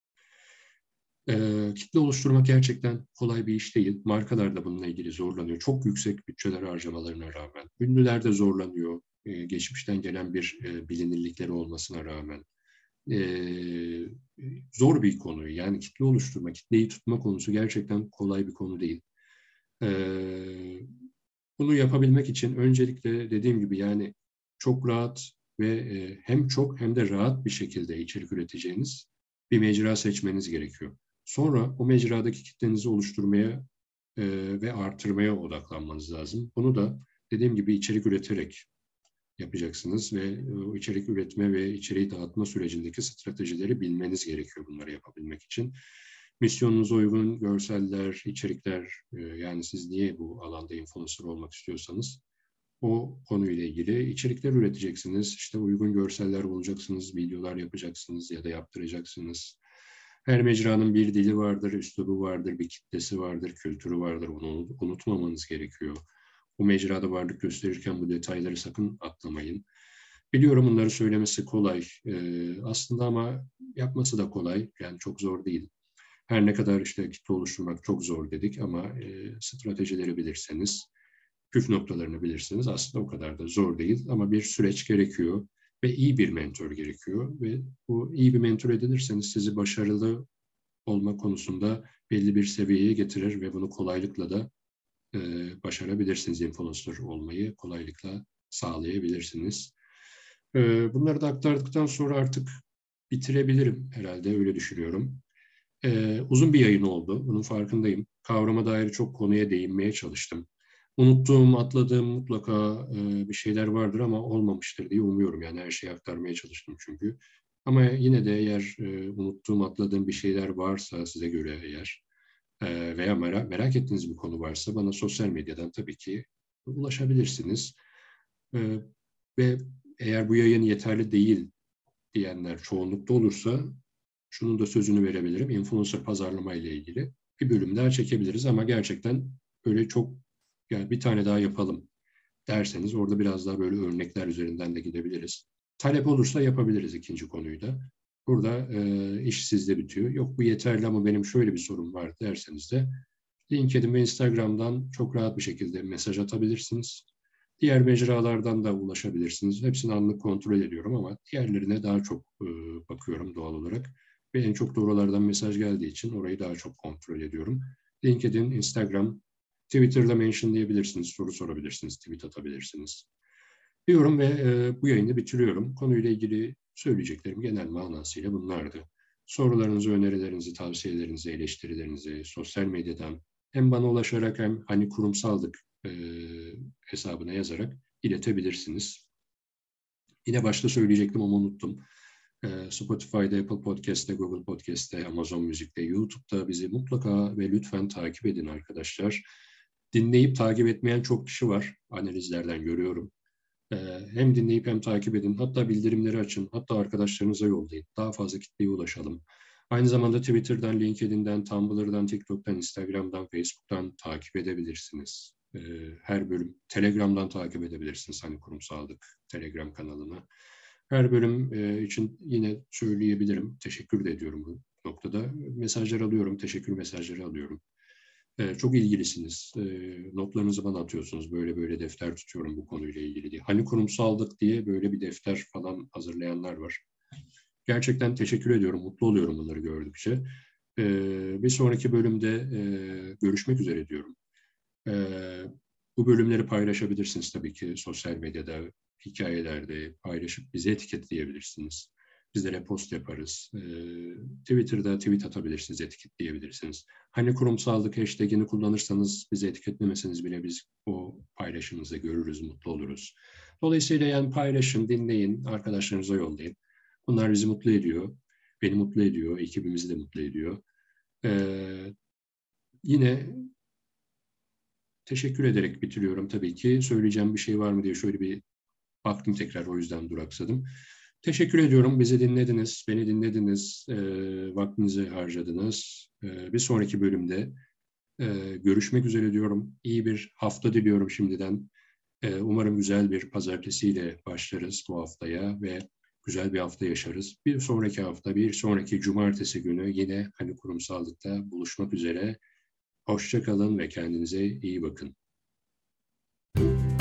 E, kitle oluşturmak gerçekten kolay bir iş değil. Markalar da bununla ilgili zorlanıyor. Çok yüksek bütçeler harcamalarına rağmen. Ünlüler de zorlanıyor. E, geçmişten gelen bir e, bilinirlikleri olmasına rağmen. E, zor bir konu. Yani kitle oluşturma, kitleyi tutma konusu gerçekten kolay bir konu değil. E, bunu yapabilmek için öncelikle dediğim gibi yani çok rahat ve e, hem çok hem de rahat bir şekilde içerik üreteceğiniz bir mecra seçmeniz gerekiyor. Sonra o mecradaki kitlenizi oluşturmaya e, ve artırmaya odaklanmanız lazım. Bunu da dediğim gibi içerik üreterek yapacaksınız ve o içerik üretme ve içeriği dağıtma sürecindeki stratejileri bilmeniz gerekiyor bunları yapabilmek için. Misyonunuza uygun görseller, içerikler, yani siz niye bu alanda influencer olmak istiyorsanız o konuyla ilgili içerikler üreteceksiniz. İşte uygun görseller bulacaksınız, videolar yapacaksınız ya da yaptıracaksınız. Her mecranın bir dili vardır, üslubu vardır, bir kitlesi vardır, kültürü vardır. Onu unutmamanız gerekiyor. Bu mecrada varlık gösterirken bu detayları sakın atlamayın. Biliyorum bunları söylemesi kolay ee, aslında ama yapması da kolay. Yani çok zor değil. Her ne kadar işte kitle oluşturmak çok zor dedik ama e, stratejileri bilirseniz, püf noktalarını bilirseniz aslında o kadar da zor değil. Ama bir süreç gerekiyor ve iyi bir mentor gerekiyor. Ve bu iyi bir mentor edinirseniz sizi başarılı olma konusunda belli bir seviyeye getirir ve bunu kolaylıkla da e, başarabilirsiniz. Influencer olmayı kolaylıkla sağlayabilirsiniz. E, bunları da aktardıktan sonra artık bitirebilirim herhalde, öyle düşünüyorum. E, uzun bir yayın oldu, bunun farkındayım. Kavrama dair çok konuya değinmeye çalıştım. Unuttuğum, atladığım mutlaka e, bir şeyler vardır ama olmamıştır diye umuyorum. Yani her şeyi aktarmaya çalıştım çünkü. Ama yine de eğer e, unuttuğum, atladığım bir şeyler varsa size göre eğer e, veya merak, merak ettiğiniz bir konu varsa bana sosyal medyadan tabii ki ulaşabilirsiniz. E, ve eğer bu yayın yeterli değil diyenler çoğunlukta olursa şunun da sözünü verebilirim. Influencer pazarlama ile ilgili bir bölüm daha çekebiliriz ama gerçekten böyle çok yani bir tane daha yapalım derseniz orada biraz daha böyle örnekler üzerinden de gidebiliriz. Talep olursa yapabiliriz ikinci konuyu da. Burada e, iş sizde bitiyor. Yok bu yeterli ama benim şöyle bir sorun var derseniz de LinkedIn ve Instagram'dan çok rahat bir şekilde mesaj atabilirsiniz. Diğer mecralardan da ulaşabilirsiniz. Hepsini anlık kontrol ediyorum ama diğerlerine daha çok e, bakıyorum doğal olarak. Ve en çok da oralardan mesaj geldiği için orayı daha çok kontrol ediyorum. LinkedIn, Instagram, Twitter'da mention diyebilirsiniz, soru sorabilirsiniz, tweet atabilirsiniz. Diyorum ve e, bu yayını bitiriyorum. Konuyla ilgili söyleyeceklerim genel manasıyla bunlardı. Sorularınızı, önerilerinizi, tavsiyelerinizi, eleştirilerinizi sosyal medyadan hem bana ulaşarak hem hani kurumsallık e, hesabına yazarak iletebilirsiniz. Yine başta söyleyecektim ama unuttum. E, Spotify'da, Apple Podcast'te, Google Podcast'te, Amazon Müzik'te, YouTube'da bizi mutlaka ve lütfen takip edin arkadaşlar. Dinleyip takip etmeyen çok kişi var. Analizlerden görüyorum. Hem dinleyip hem takip edin. Hatta bildirimleri açın. Hatta arkadaşlarınıza yollayın. Daha fazla kitleye ulaşalım. Aynı zamanda Twitter'dan, LinkedIn'den, Tumblr'dan, TikTok'tan, Instagram'dan, Facebook'tan takip edebilirsiniz. Her bölüm Telegram'dan takip edebilirsiniz. Hani kurumsallık Telegram kanalını. Her bölüm için yine söyleyebilirim. Teşekkür de ediyorum bu noktada. Mesajlar alıyorum. Teşekkür mesajları alıyorum. Ee, çok ilgilisiniz. Ee, notlarınızı bana atıyorsunuz. Böyle böyle defter tutuyorum bu konuyla ilgili diye. Hani kurumsallık diye böyle bir defter falan hazırlayanlar var. Gerçekten teşekkür ediyorum, mutlu oluyorum bunları gördükçe. Ee, bir sonraki bölümde e, görüşmek üzere diyorum. Ee, bu bölümleri paylaşabilirsiniz tabii ki sosyal medyada, hikayelerde paylaşıp bizi etiketleyebilirsiniz. Biz de repost yaparız. Ee, Twitter'da tweet atabilirsiniz, etiketleyebilirsiniz. Hani kurumsallık hashtagini kullanırsanız bizi etiketlemeseniz bile biz o paylaşımınızı görürüz, mutlu oluruz. Dolayısıyla yani paylaşın, dinleyin, arkadaşlarınıza yollayın. Bunlar bizi mutlu ediyor. Beni mutlu ediyor, ekibimizi de mutlu ediyor. Ee, yine teşekkür ederek bitiriyorum tabii ki. Söyleyeceğim bir şey var mı diye şöyle bir baktım tekrar, o yüzden duraksadım. Teşekkür ediyorum. Bizi dinlediniz, beni dinlediniz, e, vaktinizi harcadınız. E, bir sonraki bölümde e, görüşmek üzere diyorum. İyi bir hafta diliyorum şimdiden. E, umarım güzel bir pazartesiyle başlarız bu haftaya ve güzel bir hafta yaşarız. Bir sonraki hafta, bir sonraki cumartesi günü yine hani kurumsallıkta buluşmak üzere. Hoşça kalın ve kendinize iyi bakın.